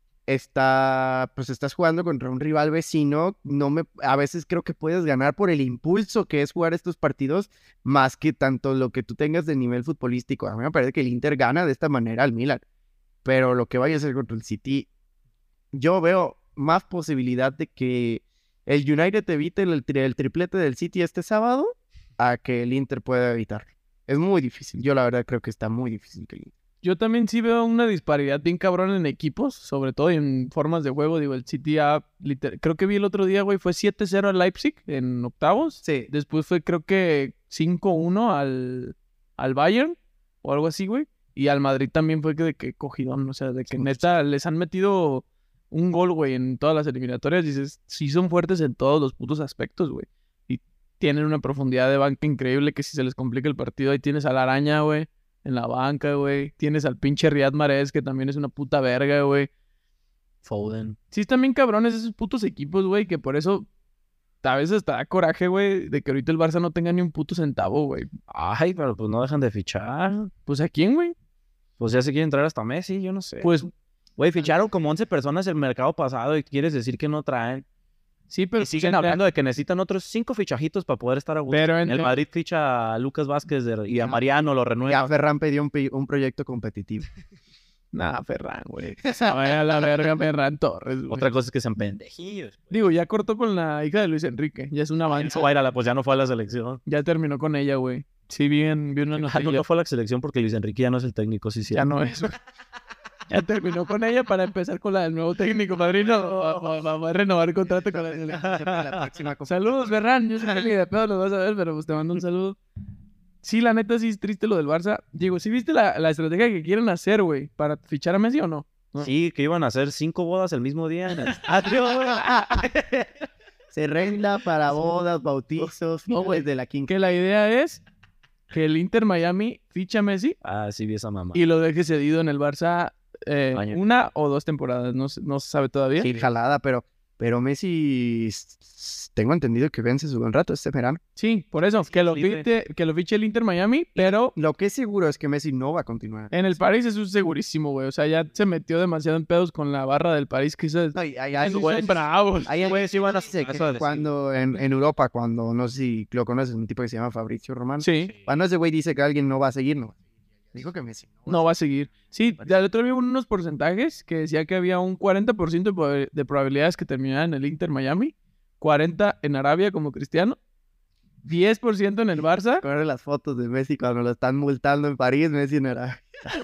está, pues estás jugando contra un rival vecino, no me, a veces creo que puedes ganar por el impulso que es jugar estos partidos, más que tanto lo que tú tengas de nivel futbolístico. A mí me parece que el Inter gana de esta manera al Milan, pero lo que vaya a hacer contra el City, yo veo más posibilidad de que el United evite el, tri- el triplete del City este sábado a que el Inter pueda evitarlo. Es muy difícil. Yo la verdad creo que está muy difícil que el Inter. yo también sí veo una disparidad bien cabrón en equipos, sobre todo en formas de juego. Digo, el City ha, liter- creo que vi el otro día, güey, fue siete cero al Leipzig en octavos. Sí. Después fue creo que cinco uno al, al Bayern o algo así, güey. Y al Madrid también fue que de que cogidón, o sea, de que Sí. neta les han metido un gol, güey, en todas las eliminatorias. Dices, sí son fuertes en todos los putos aspectos, güey. Y tienen una profundidad de banca increíble que si se les complica el partido, ahí tienes a la araña, güey, en la banca, güey. Tienes al pinche Riyad Mahrez, que también es una puta verga, güey. Foden. Sí están bien cabrones esos putos equipos, güey, que por eso a veces te da coraje, güey, de que ahorita el Barça no tenga ni un puto centavo, güey. Ay, pero pues no dejan de fichar. Pues ¿a quién, güey? Pues ya se quiere entrar hasta Messi, yo no sé. Pues Güey, ficharon como once personas el mercado pasado y quieres decir que no traen. sí, pero Y siguen hablando de que necesitan otros cinco fichajitos para poder estar a gusto. Pero en- El Madrid ficha a Lucas Vázquez de- y a Ya. Mariano lo renueva. Ya Ferran pidió un, pi- un proyecto competitivo. Nah, Ferran, güey. Vaya a la verga, Ferran Torres, güey. Otra cosa es que sean pendejillos. Digo, ya cortó con la hija de Luis Enrique. Ya es un avance. Eso va a ir a la, pues ya no fue a la selección. Ya terminó con ella, güey. Sí, bien, bien una Ah, noticia. no, no fue a la selección porque Luis Enrique ya no es el técnico, sí, sí. Ya no es, güey. Ya terminó con ella para empezar con la del nuevo técnico, padrino. Va, va- va- va a renovar el contrato con la selección. La próxima Copa. Saludos, Ferran. Yo sé que ni de pedo lo vas a ver, pero pues te mando un saludo. Sí, la neta sí es triste lo del Barça. Digo, ¿sí viste la, la estrategia que quieren hacer, güey? ¿Para fichar a Messi o no? Sí, que iban a hacer cinco bodas el mismo día. En el... Se renda para bodas, bautizos, No, güey. finales de la quinta. Que la idea es que el Inter Miami ficha a Messi Ah, sí vi esa mamá. y lo deje cedido en el Barça eh, Año. una o dos temporadas. No, se- no se sabe todavía. Sí, jalada, pero, pero Messi, s- s- tengo entendido que vence su buen rato este verano. Sí, por eso, que lo, libre. fiche, que lo fiche el Inter Miami, pero Lo que es seguro es que Messi no va a continuar. en el París eso es segurísimo, güey. O sea, ya se metió demasiado en pedos con la barra del París, que eso es... No, y hay, hay, esos güeyes- son bravos. hay güeyes alguien iban a que dice su que casa a decir. cuando en, en Europa, cuando no sé si lo conoces, un tipo que se llama Fabrizio Romano. Sí, Cuando ese güey dice que alguien no va a seguir, no. Dijo que Messi no. no va a seguir. Sí, del otro día hubo unos porcentajes que decía que había un cuarenta por ciento de proba- de probabilidades que terminaran en el Inter Miami, cuarenta en Arabia como Cristiano, diez por ciento en el Barça Ver las fotos de Messi cuando lo están multando en París, Messi no era.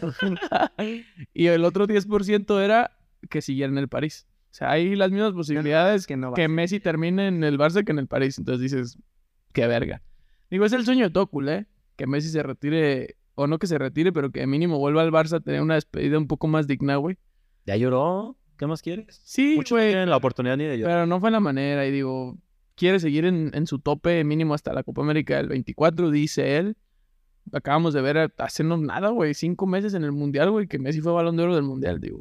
y el otro diez por ciento era que siguiera en el París. O sea, hay las mismas posibilidades que no va. que Messi termine en el Barça que en el París. Entonces dices, qué verga. Digo, es el sueño de todo culé, que Messi se retire, o no que se retire, pero que mínimo vuelva al Barça a tener una despedida un poco más digna, güey. ¿Ya lloró? ¿Qué más quieres? Sí, Muchos no güey, tienen la oportunidad ni de llorar. pero no fue la manera. Y digo, quiere seguir en, en su tope mínimo hasta la Copa América del veinticuatro, dice él. Acabamos de ver hace no nada, güey, cinco meses en el Mundial, güey, que Messi fue Balón de Oro del Mundial, digo.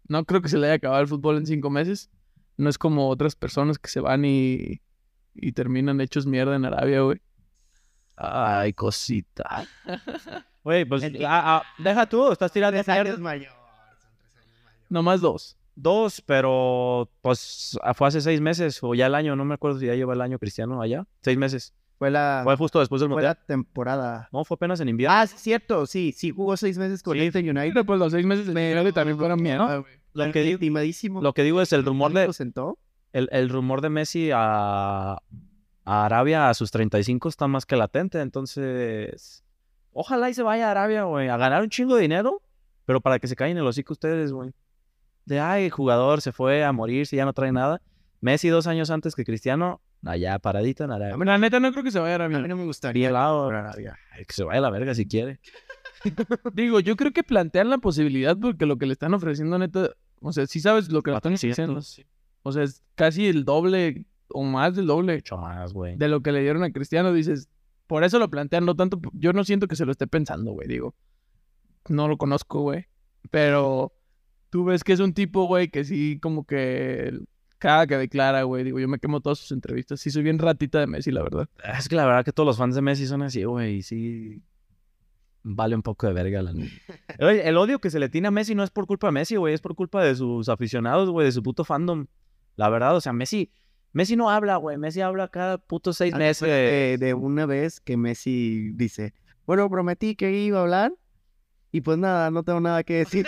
No creo que se le haya acabado el fútbol en cinco meses. No es como otras personas que se van y, y terminan hechos mierda en Arabia, güey. Ay, cosita. Güey, pues ah, ah, deja tú, estás tirando Tres años mierda. mayor. Son tres años mayor. Nomás dos. Dos, pero pues fue hace seis meses o ya el año, no me acuerdo si ya lleva el año Cristiano allá. Seis meses. Fue la, Fue justo después del fue la Mundial. temporada. No, fue apenas en invierno. Ah, sí, es cierto. Sí, sí jugó seis meses con Sí. este United. Pero pues los seis meses de Mundial también fueron mierda, güey. Lo que, digo, Estimadísimo. lo que digo es el rumor de ¿Lo sentó? el, el rumor de Messi a, a Arabia a sus treinta y cinco está más que latente, entonces ojalá y se vaya a Arabia, güey, a ganar un chingo de dinero, pero para que se caigan el hocico ustedes, güey. De ay, el jugador se fue a morir si ya no trae nada. Messi dos años antes que Cristiano, allá paradito en Arabia. La neta no creo que se vaya a A Arabia. mí no me gustaría. Lado, por Arabia. ay, que se vaya a la verga si quiere. Digo, yo creo que plantean la posibilidad porque lo que le están ofreciendo, neta, o sea, sí sabes lo que le están ofreciendo. O sea, es casi el doble o más del doble Mucho más, güey. de lo que le dieron a Cristiano. Dices, por eso lo plantean, no tanto. Yo no siento que se lo esté pensando, güey. Digo, no lo conozco, güey. Pero tú ves que es un tipo, güey, que sí, como que cada que declara, güey. Digo, yo me quemo todas sus entrevistas. Sí, soy bien ratita de Messi, la verdad. Es que la verdad que todos los fans de Messi son así, güey, y sí vale un poco de verga la neta. Oye, el odio que se le tiene a Messi no es por culpa de Messi, güey, es por culpa de sus aficionados, güey, de su puto fandom. La verdad, o sea, Messi, Messi no habla, güey, Messi habla cada puto seis Antes meses. De, de una vez que Messi dice, bueno, prometí que iba a hablar y pues nada, no tengo nada que decir.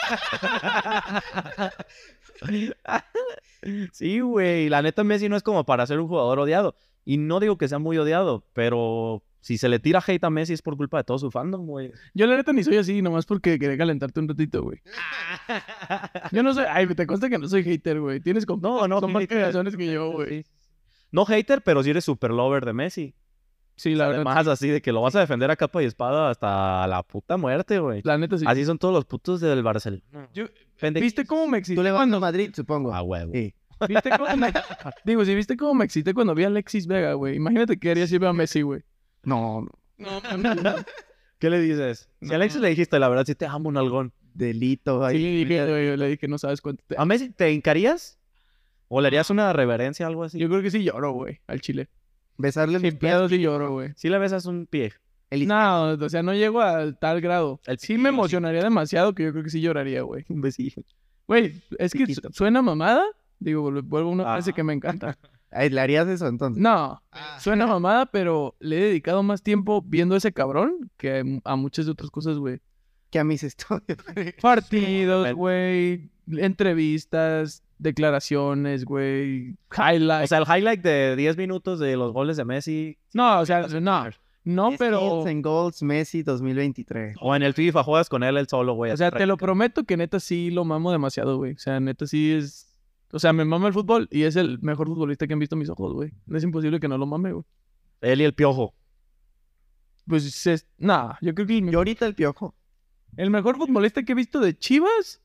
Sí, güey, la neta Messi no es como para ser un jugador odiado. Y no digo que sea muy odiado, pero si se le tira hate a Messi es por culpa de todo su fandom, güey. Yo la neta ni soy así, nomás porque quería calentarte un ratito, güey. Yo no soy... Ay, te consta que no soy hater, güey. Tienes como... No, no, Son más hater. razones que yo, güey. No hater, pero sí eres super lover de Messi. Sí, la verdad. Además, así de que lo vas a defender a capa y espada hasta la puta muerte, güey. La neta sí. Así son todos los putos del Barcelona. Yo- Pende- ¿Viste cómo me excité Tú le vas cuando... a Madrid, supongo. Ah, huevo. Sí. ¿Viste cómo me... Digo, si viste cómo me excité cuando vi a Alexis Vega, güey. Imagínate qué haría si veo a Messi, güey. No, no. No, no, no. ¿Qué le dices? Si No. a Alexis le dijiste, la verdad, sí te amo un algón. Delito ahí. Sí, le dije, güey, le dije, no sabes cuánto te... ¿A Messi te hincarías? ¿O le harías una reverencia, algo así? Yo creo que sí lloro, güey, al chile. Besarle Sin los pies. pedo sí lloro, güey. Sí le besas un pie. El No, o sea, no llego a tal grado. El Sí piquillo, me sí. emocionaría demasiado que yo creo que sí lloraría, güey. Un besillo. Güey, es que Piquito. su- suena mamada. Digo, vuel- vuelvo a una frase Ah. que me encanta. Ay, ¿le harías eso entonces? No, Ah. suena mamada, pero le he dedicado más tiempo viendo a ese cabrón que a muchas de otras cosas, güey. Que a mis estudios. Partidos, güey, entrevistas, declaraciones, güey, highlights. O sea, el highlight de diez minutos de los goles de Messi. no, o sea, no, no, pero... Skills and Goals Messi dos mil veintitrés. O en el FIFA juegas con él, él solo, güey. O sea, te lo prometo que neta sí lo mamo demasiado, güey. O sea, neta sí es... O sea, me mama el fútbol y es el mejor futbolista que han visto mis ojos, güey. No es imposible que no lo mame, güey. Él y el Piojo. Pues es... Nah, yo creo que el, Y me- ahorita el Piojo. el mejor futbolista que he visto de Chivas...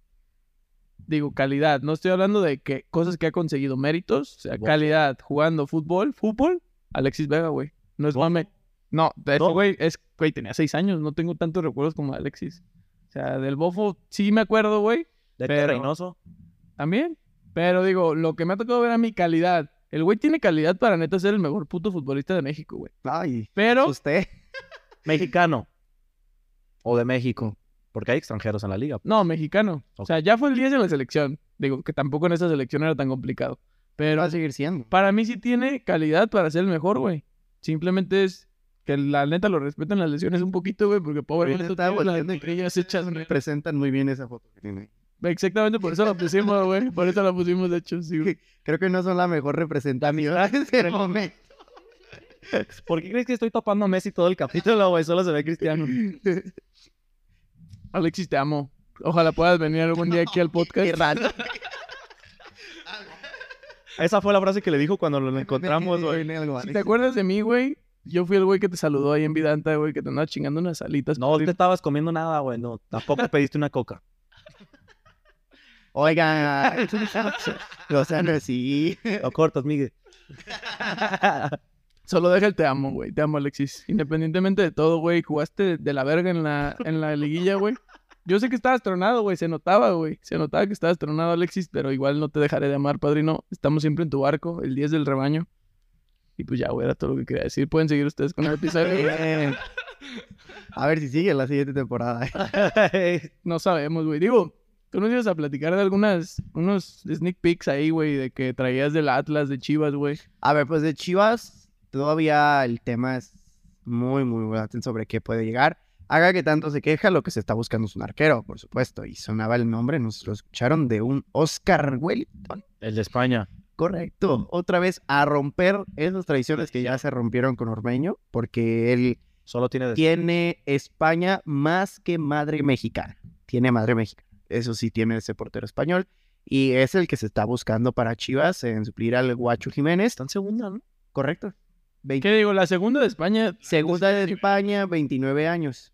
Digo, calidad. No estoy hablando de que cosas que ha conseguido, méritos. O sea, Fútbol. calidad. Jugando fútbol, fútbol. Alexis Vega, güey. No es ¿No? mame. No, de ese No. güey es... Güey, tenía seis años. No tengo tantos recuerdos como Alexis. O sea, del Bofo sí me acuerdo, güey. De Pero- Reynoso. También. Pero digo, lo que me ha tocado ver a mi calidad. El güey tiene calidad para neta ser el mejor puto futbolista de México, güey. Ay, Pero, usted. Mexicano. O de México. Porque hay extranjeros en la liga. no, mexicano. O Ok. sea, ya fue el diez en la selección. Digo, que tampoco en esa selección era tan complicado. Pero Va a seguir siendo. para mí sí tiene calidad para ser el mejor, güey. Simplemente es que la neta lo respeten las lesiones un poquito, güey, porque pobre Ahorita vato estaba tiene las volteando y rodillas hechas, güey. Presentan muy bien esa foto que tiene. Exactamente por eso la pusimos, güey. Por eso la pusimos, de hecho, sí, güey. Creo que no son la mejor representación en el momento. ¿Por qué crees que estoy topando a Messi todo el capítulo, güey? Solo se ve Cristiano. Alexis, te amo. Ojalá puedas venir algún día aquí al podcast. Qué raro. Esa fue la frase que le dijo cuando lo encontramos, güey. Si te acuerdas de mí, güey, yo fui el güey que te saludó ahí en Vidanta, güey, que te andaba chingando unas alitas. No te estabas comiendo nada, güey. No, tampoco pediste una coca. Oiga, o sea, no sí. Lo cortas, Miguel. Solo deja el te amo, güey. Te amo, Alexis. Independientemente de todo, güey, jugaste de la verga en la, en la liguilla, güey. Yo sé que estabas tronado, güey. Se notaba, güey. Se notaba que estabas tronado, Alexis, pero igual no te dejaré de amar, padrino. Estamos siempre en tu barco, el diez del rebaño. Y pues ya, güey, era todo lo que quería decir. Pueden seguir ustedes con el episodio. Bien. A ver si sigue la siguiente temporada. No sabemos, güey. Digo, tú nos ibas a platicar de algunas, unos sneak peeks ahí, güey, de que traías del Atlas, de Chivas, güey. A ver, pues de Chivas, todavía el tema es muy, muy volátil sobre qué puede llegar. Haga que tanto se queja, lo que se está buscando es un arquero, por supuesto. Y sonaba el nombre, nos lo escucharon, de un Oscar Wellington. El de España. Correcto. Otra vez a romper esas tradiciones que ya se rompieron con Ormeño, porque él Solo tiene... De... tiene España más que madre mexicana. Tiene madre mexicana. Eso sí tiene ese portero español. Y es el que se está buscando para Chivas en suplir al Guacho Jiménez. Está en segunda, ¿no? Correcto. ¿Qué digo? La segunda de España. Segunda de España, veintinueve años.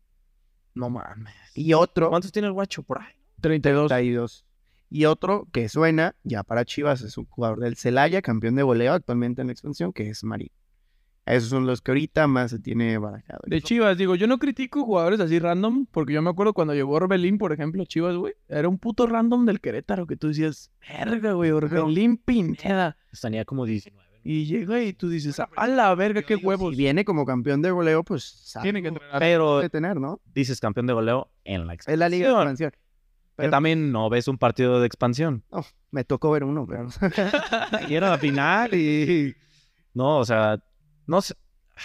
No mames. Y otro... ¿Cuántos tiene el Guacho por ahí? treinta y dos. treinta y dos. Y otro que suena ya para Chivas es un jugador del Celaya, campeón de goleo actualmente en la expansión, que es Marín. Esos son los que ahorita más se tiene barajado. De Chivas, digo, yo no critico jugadores así random, porque yo me acuerdo cuando llegó Orbelín, por ejemplo, a Chivas, güey. Era un puto random del Querétaro que tú decías, verga, güey, Orbelín Pineda. Tenía como diecinueve. Y llega y tú dices, a la verga, qué huevos. Si viene como campeón de goleo, pues Tiene que entrenar. Pero de tener, ¿no? dices campeón de goleo en la expansión. Es la Liga de Expansión. Que también no ves un partido de expansión. No, me tocó ver uno, pero... Y era la final y... No, o sea, no sé...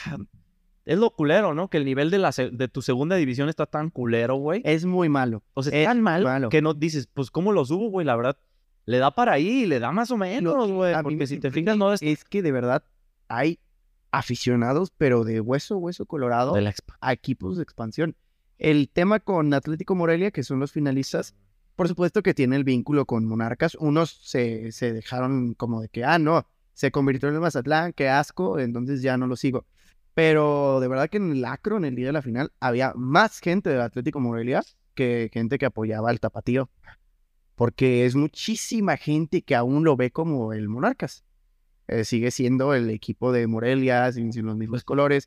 Es lo culero, ¿no? Que el nivel de, la se- de tu segunda división está tan culero, güey. Es muy malo. O sea, es es tan mal malo. que no dices, pues, ¿cómo lo subo, güey? La verdad, le da para ahí, le da más o menos, güey. A mí Porque me si te sorprende fijas, no es Es que de verdad hay aficionados, pero de hueso, hueso colorado, de la expa. a equipos de expansión. El tema con Atlético Morelia, que son los finalistas, por supuesto que tiene el vínculo con Monarcas. Unos se, se dejaron como de que, ah, no, se convirtió en el Mazatlán, qué asco, entonces ya no lo sigo. Pero de verdad que en el Acro, en el día de la final, había más gente del Atlético Morelia que gente que apoyaba al Tapatío. Porque es muchísima gente que aún lo ve como el Monarcas. Eh, sigue siendo el equipo de Morelia, sin, sin los mismos colores.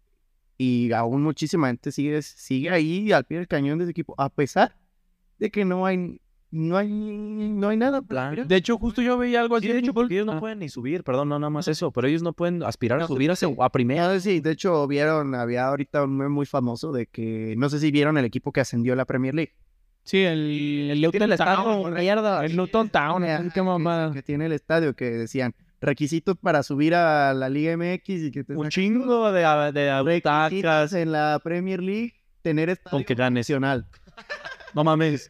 Y aún muchísima gente sigue, sigue ahí al pie del cañón de ese equipo, a pesar de que no hay, no hay, no hay nada. Plan. De hecho, justo yo veía algo así. Sí, de hecho, porque ellos no Ah. pueden ni subir, perdón, no nada más eso, pero ellos no pueden aspirar No a se subir a, puede. seg- a primera. Ah, sí, de hecho, vieron, había ahorita un meme muy famoso de que, no sé si vieron el equipo que ascendió a la Premier League. Sí, el, el Luton Town. mierda. El Luton Town. Ah, Qué mamada. Que tiene el estadio, que decían, requisitos para subir a la Liga M X y que te Un chingo de, de requisitos butacas en la Premier League, tener estadio con que ganes. nacional. No mames.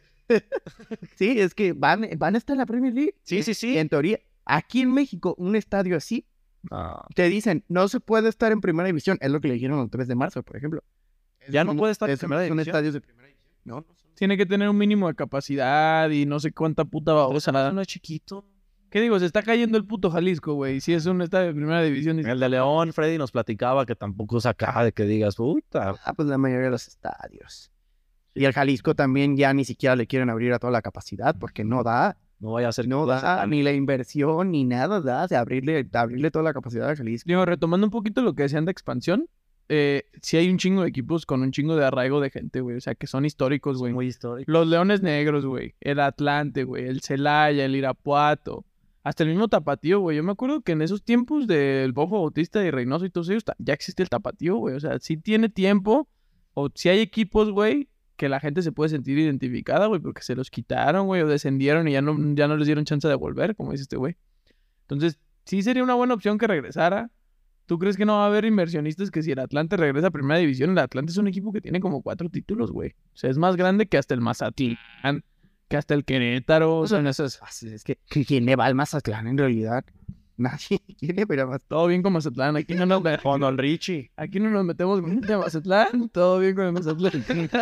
Sí, es que van, van a estar en la Premier League. Sí, sí, sí. Y en teoría, aquí en México, un estadio así, No. te dicen, no se puede estar en primera división. Es lo que le dijeron el tres de marzo, por ejemplo. Ya no Son- puede estar en es- primera son división. estadios de primera división. No, no son. Tiene que tener un mínimo de capacidad y no sé cuánta puta babosa nada. No es chiquito. ¿Qué digo? Se está cayendo el puto Jalisco, güey. Si es un estadio de primera división. El de León, Freddy nos platicaba que tampoco saca de que digas, puta. Ah, pues la mayoría de los estadios. Y el Jalisco también ya ni siquiera le quieren abrir a toda la capacidad porque no da, No vaya a ser no que- da ni la inversión ni nada da de abrirle, de abrirle toda la capacidad al Jalisco. Digo, retomando un poquito lo que decían de expansión, eh, sí hay un chingo de equipos con un chingo de arraigo de gente, güey. O sea, que son históricos, güey. muy histórico. Los Leones Negros, güey. El Atlante, güey. El Celaya, el Irapuato. Hasta el mismo Tapatío, güey. Yo me acuerdo que en esos tiempos del Bofo Bautista y Reynoso y todos ellos, ta- ya existe el Tapatío, güey. O sea, sí tiene tiempo. O si hay equipos, güey, que la gente se puede sentir identificada, güey, porque se los quitaron, güey, o descendieron y ya no, ya no les dieron chance de volver, como dice este güey. Entonces, sí sería una buena opción que regresara. ¿Tú crees que no va a haber inversionistas que si el Atlante regresa a Primera División? El Atlante es un equipo que tiene como cuatro títulos, güey. O sea, es más grande que hasta el Mazatlán, que hasta el Querétaro. O sea, en esas... Fácil, es que ¿quién le va al Mazatlán en realidad? Nadie quiere, pero más. Todo bien con Mazatlán. Aquí no nos, Con Don Richie. aquí no nos metemos con gente de Mazatlán. Todo bien con el Mazatlán.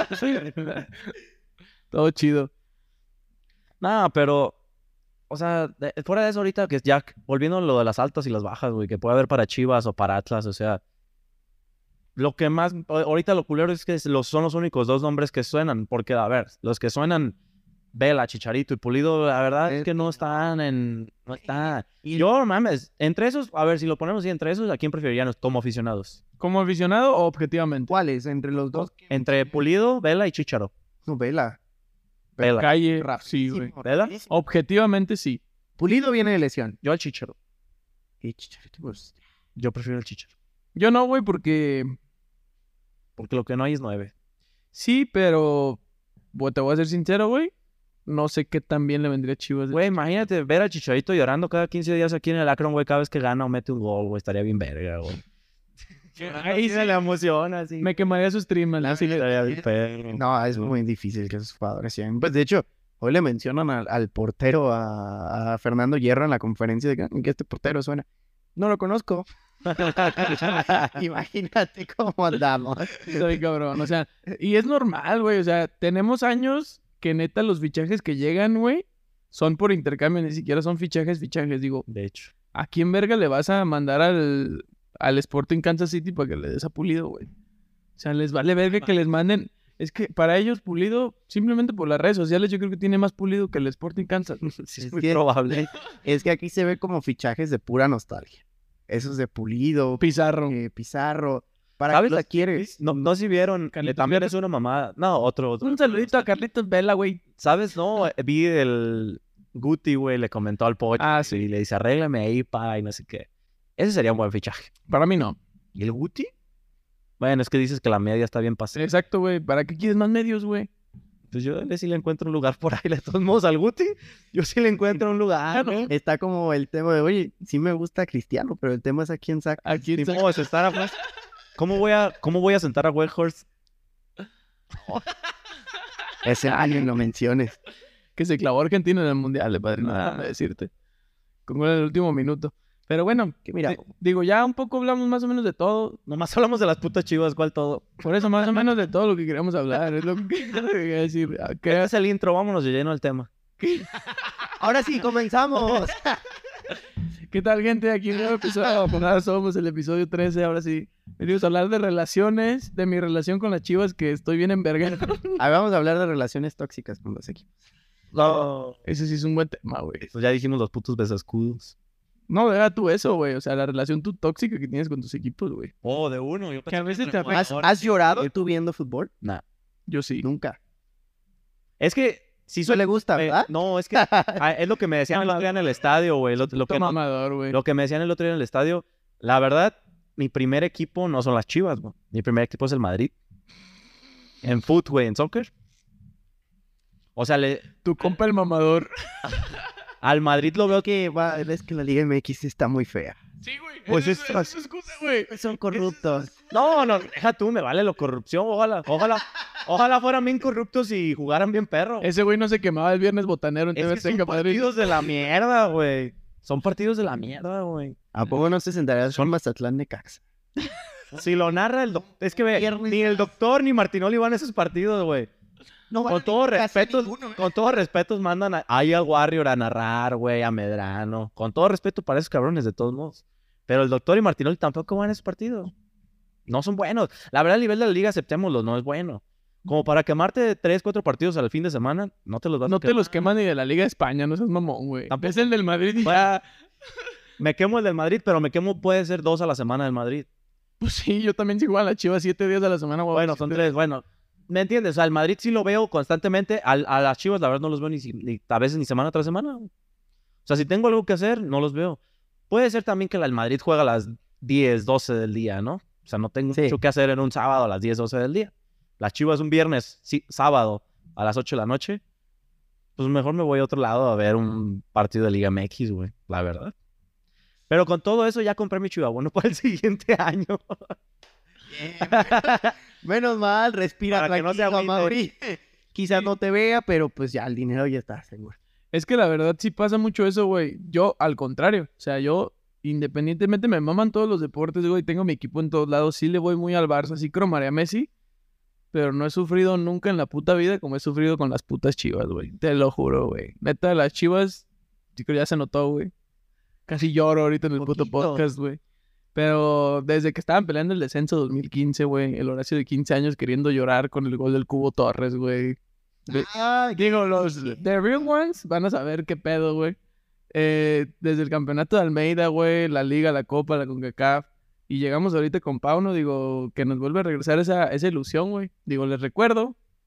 Todo chido. Nada, pero, o sea, de- fuera de eso ahorita, que ya volviendo a lo de las altas y las bajas, güey, que puede haber para Chivas o para Atlas, o sea, lo que más, a- ahorita lo culero es que es- los, son los únicos dos nombres que suenan, porque, a ver, los que suenan, Vela, Chicharito y Pulido, la verdad es que no están en, no están. Y Yo, mames, entre esos, a ver, si lo ponemos así, entre esos, ¿a quién preferirían como aficionados? ¿Como aficionado o objetivamente? ¿cuáles? Entre los dos. Entre Pulido, Vela y Chicharo. No, Vela. Vela. Calle, sí, Rapidísimo, güey. ¿Vela? rapidísimo. Objetivamente sí. Pulido viene de lesión. Yo al Chicharo. Y Chicharito, pues, Yo prefiero el Chicharo. Yo no, güey, porque Porque lo que no hay es nueve. sí, pero bueno, te voy a ser sincero, güey. No sé qué tan bien le vendría a Chivas. Güey, imagínate ver al Chicharito llorando cada quince días aquí en el Akron, güey, cada vez que gana o mete un gol, güey. Estaría bien verga, güey. Ahí se le emociona, así. Me quemaría su stream, man. La- Sí, Estaría bien perro. No, es muy difícil que esos jugadores sean. Pues de hecho, hoy le mencionan al, al portero, a, a Fernando Hierro en la conferencia de que, que este portero suena. No lo conozco. Imagínate cómo andamos. Estoy cabrón. O sea, y es normal, güey. O sea, tenemos años que neta los fichajes que llegan, güey, son por intercambio, ni siquiera son fichajes, fichajes. Digo, De hecho. ¿a quién verga le vas a mandar al, al Sporting Kansas City para que le des a Pulido, güey? O sea, les vale verga que les manden. Es que para ellos Pulido, simplemente por las redes sociales, yo creo que tiene más Pulido que el Sporting Kansas. Sí, es Es muy que- probable. Es que aquí se ve como fichajes de pura nostalgia. Esos de Pulido, Pizarro. eh, Pizarro. ¿Para ¿Sabes qué la los- quieres? No, no si vieron, que Carlitos también Vela. es una mamada. No, otro, otro. Un saludito a Carlitos Vela, güey. ¿Sabes? No, eh, vi el Guti, güey, le comentó al Pocho. Ah, sí. Y le dice, arréglame ahí, pa, y no sé qué. Ese sería un buen fichaje. Para mí no. ¿Y el Guti? Bueno, es que dices que la media está bien pasada. Exacto, güey. ¿Para qué quieres más medios, güey? Pues yo le sí le encuentro un lugar por ahí. De todos modos, al Guti, yo sí le encuentro un lugar, ¿no? Está como el tema de, oye, sí me gusta Cristiano, pero el tema es a quién saca. Aquí Ni está. modo de estar a- ¿Cómo voy a, cómo voy a sentar a Weghorst? Ese año lo menciones. Que se clavó Argentina en el Mundial, le padre, nada Ah. de decirte. Con gol en el último minuto. Pero bueno, Que mira, di- digo, ya un poco hablamos más o menos de todo. Nomás hablamos de las putas chivas, ¿cuál todo? Por eso más o menos de todo lo que queríamos hablar. Es lo que quería decir. Ah, ¿Qué que- es el intro? Vámonos de lleno al tema. ahora sí, comenzamos. ¿Qué tal, gente? Aquí un nuevo episodio. Pues nada, somos el episodio trece. Ahora sí, venimos a hablar de relaciones, de mi relación con las chivas, que estoy bien en verga. A ver, vamos a hablar de relaciones tóxicas con los equipos. No. Ese sí es un buen tema, güey. Pues ya dijimos los putos besascudos. No, deja tú eso, güey. O sea, la relación tú tóxica que tienes con tus equipos, güey. Oh, de uno. Yo Que a veces te ¿Has, has llorado tú viendo fútbol? Nah. Yo sí. Nunca. Es que sí Eso le gusta, eh, ¿verdad? no, es que ah, es lo que me decían el otro día en el estadio, güey. Lo, lo que, Puto no- mamador, güey. lo que me decían el otro día en el estadio. La verdad, mi primer equipo no son las Chivas, güey. Mi primer equipo es el Madrid. En foot, güey, en soccer. O sea, le, Tu compa el mamador. al Madrid lo veo que... Que va, es que la Liga M X está muy fea. Sí, güey. Pues es, es- es, es excusa, güey. Son corruptos. No, no, deja tú, me vale la corrupción. Ojalá, ojalá, ojalá fueran bien corruptos y jugaran bien perro. Ese güey no se quemaba el viernes botanero en Es T V que son Azteca, Madrid. partidos de la mierda, güey. Son partidos de la mierda, güey. ¿A poco no se sentaría son Mazatlán Necaxa? Si lo narra el doctor... Es que ve, Viernes ni el doctor ni Martinoli van a esos partidos, güey. No, Con todo respeto, con todos respetos mandan a, ahí al Warrior a narrar, güey, a Medrano. Con todo respeto para esos cabrones, de todos modos. Pero el doctor y Martinoli tampoco van a ese partido. No son buenos. La verdad, el nivel de la liga, aceptémoslo, no es bueno. Como para quemarte tres, cuatro partidos al fin de semana, no te los vas No a te los queman ni de la Liga de España, no seas mamón, güey. Tampoco. Es el del Madrid y Bueno, me quemo el del Madrid, pero me quemo puede ser dos a la semana del Madrid. pues sí, yo también sigo a la Chivas siete días a la semana, güey. Bueno, son tres, bueno. ¿Me entiendes? O sea, el Madrid sí lo veo constantemente. Al- a las Chivas, la verdad, no los veo ni, si- ni- a veces ni semana tras semana. O sea, si tengo algo que hacer, no los veo. Puede ser también que el Madrid juega a las diez, doce del día, ¿no? O sea, no tengo Sí. mucho que hacer en un sábado a las diez, doce del día. Las Chivas un viernes, sí, sábado, a las ocho de la noche. Pues mejor me voy a otro lado a ver un partido de Liga M X, güey. La verdad. Pero con todo eso ya compré mi chihuahua para el siguiente año. Menos mal, respira Para que no se tranquilo, agüite. Mauri. Quizás no te vea, pero pues ya el dinero ya está seguro. Es que la verdad sí pasa mucho eso, güey. Yo, al contrario, o sea, yo, independientemente, me maman todos los deportes, güey. Tengo mi equipo en todos lados. Sí le voy muy al Barça, sí cromaré a Messi. Pero no he sufrido nunca en la puta vida como he sufrido con las putas Chivas, güey. Te lo juro, güey. Neta, las Chivas, yo creo ya se notó, güey. Casi lloro ahorita en el puto Poquito. podcast, güey. Pero desde que estaban peleando el descenso dos mil quince, güey. El Horacio de quince años queriendo llorar con el gol del Cubo Torres, güey. De- Ay, Digo, los The Real Ones van a saber qué pedo, güey. Eh, desde el campeonato de Almeida, güey, la Liga, la Copa, la CONCACAF. Y llegamos ahorita con Pauno, digo, que nos vuelve a regresar esa, esa ilusión, güey. Digo, les recuerdo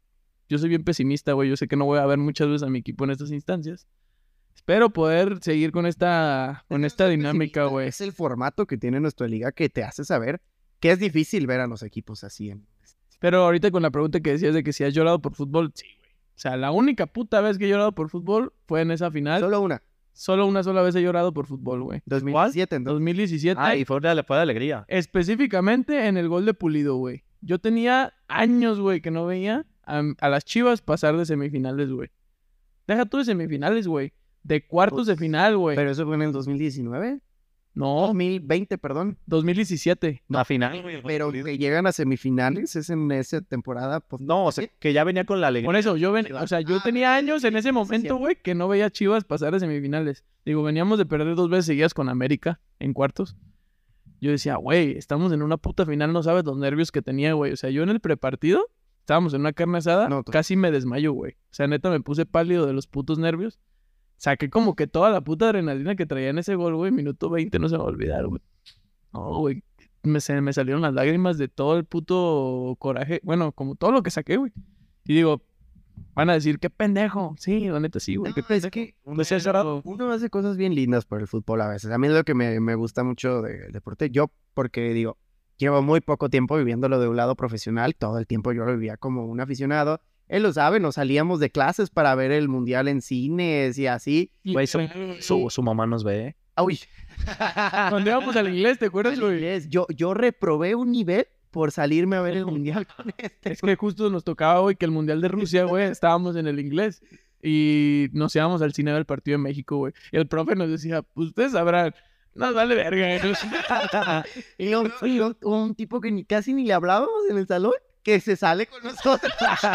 yo soy bien pesimista, güey. Yo sé que no voy a ver muchas veces a mi equipo en estas instancias. Espero poder seguir con esta, con esta dinámica, güey. Es el formato que tiene nuestra liga que te hace saber que es difícil ver a los equipos así. En... Pero ahorita con la pregunta que decías de que si has llorado por fútbol, sí, güey. O sea, la única puta vez que he llorado por fútbol fue en esa final. Solo una. Solo una sola vez he llorado por fútbol, güey. dos mil diecisiete, entonces. dos mil diecisiete. Ah, y fue de, fue de alegría. Específicamente en el gol de Pulido, güey. Yo tenía años, güey, que no veía a, a las Chivas pasar de semifinales, güey. Deja tú de semifinales, güey. De cuartos de final, güey. Pero eso fue en el dos mil diecinueve. No, dos mil veinte, perdón. dos mil diecisiete. La final, güey. Pero que llegan a semifinales es en esa temporada. Pues, No, o sea, que ya venía con la alegría. Por eso, yo ven, o sea, yo Ah, tenía años en ese sí, momento, sí. güey, que no veía a Chivas pasar de semifinales. Digo, veníamos de perder dos veces seguidas con América en cuartos. Yo decía, güey, estamos en una puta final, no sabes los nervios que tenía, güey. O sea, yo en el prepartido, estábamos en una carne asada, No, tú- casi me desmayo, güey. O sea, neta, me puse pálido de los putos nervios. Saqué como que toda la puta adrenalina que traía en ese gol, güey. Minuto veinte, no se me va a olvidar, güey. No, güey. Me, se me salieron las lágrimas de todo el puto coraje. Bueno, como todo lo que saqué, güey. Y digo, van a decir, qué pendejo. Sí, la neta sí, güey. No, qué es pendejo. que No seas llorado. uno hace cosas bien lindas por el fútbol a veces. A mí es lo que me, me gusta mucho del deporte. Yo, porque digo, llevo muy poco tiempo viviéndolo de un lado profesional. Todo el tiempo yo lo vivía como un aficionado. Él lo sabe, nos salíamos de clases para ver el mundial en cines y así. Güey, su, su, su mamá nos ve. ¿eh? Uy. Cuando íbamos al inglés, ¿te acuerdas, Al güey? inglés. Yo, yo reprobé un nivel por salirme a ver el mundial con este. Es que justo nos tocaba, güey, que el Mundial de Rusia, güey, estábamos en el inglés. Y nos íbamos al cine del partido de México, güey. Y el profe nos decía, pues ustedes sabrán, no vale verga. Y luego, y luego un tipo que ni, casi ni le hablábamos en el salón, que se sale con nosotros.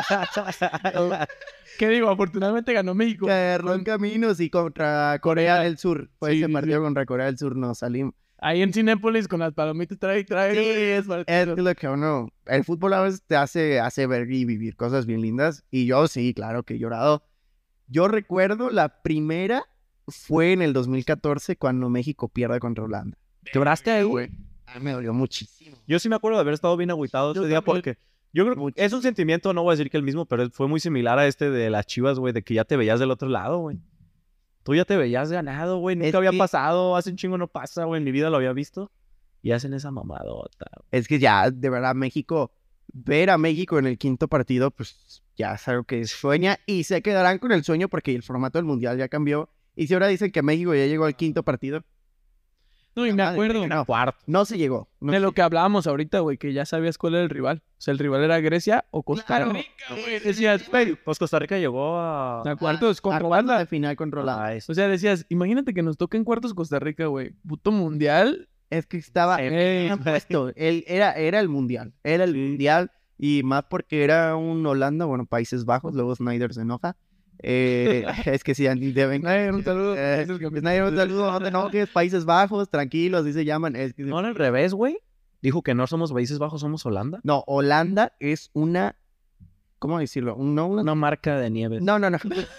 ¿Qué digo? Afortunadamente ganó México. Que agarró en caminos y contra Corea del Sur. Fue Sí, ese sí, partido sí. contra Corea del Sur, nos salimos. Ahí en Cinépolis con las palomitas trae, trae. Sí, güey, es, partido. es lo que uno... El fútbol a veces te hace, hace ver y vivir cosas bien lindas. Y yo sí, claro que he llorado. Yo recuerdo la primera fue en el dos mil catorce cuando México pierde contra Holanda. ¿Lloraste ahí, güey? A mí me dolió muchísimo. Yo sí me acuerdo de haber estado bien agüitado ese Yo día también. porque yo creo que es un sentimiento, no voy a decir que el mismo, pero fue muy similar a este de las Chivas, güey, de que ya te veías del otro lado, güey. Tú ya te veías ganado, güey, nunca Es había que- pasado, hace un chingo no pasa, güey, en mi vida lo había visto. Y hacen esa mamadota. Es que ya, de verdad, México, ver a México en el quinto partido, pues ya es algo que sueña y se quedarán con el sueño porque el formato del Mundial ya cambió. Y si ahora dicen que México ya llegó al quinto partido, No, y me Madre, acuerdo no. Cuarto. no se llegó. No de se- lo que hablábamos ahorita, güey, que ya sabías cuál era el rival. O sea, el rival era Grecia o Costa Claro. Rica, güey. Decías, güey, Pues Costa Rica llegó a... a cuartos a contra cuartos Holanda. de final contra Holanda. a eso. O sea, decías, imagínate que nos toque en cuartos Costa Rica, güey. Puto mundial. Es que estaba Eh, bien puesto. Él era, era el Mundial. Era el Sí. Mundial. Y más porque era un Holanda, bueno, Países Bajos. Luego Snyder se enoja. Eh, es que sí, deben. Snyder, un saludo. Eh, Ese es el campeón. Snyder, un saludo. No te enojes. Países Bajos, tranquilos, así se llaman. Es que- No, al revés, güey. Dijo que no somos Países Bajos, somos Holanda. No, Holanda es una. ¿Cómo decirlo? Un- No, una- Una marca de nieve. no, no. no.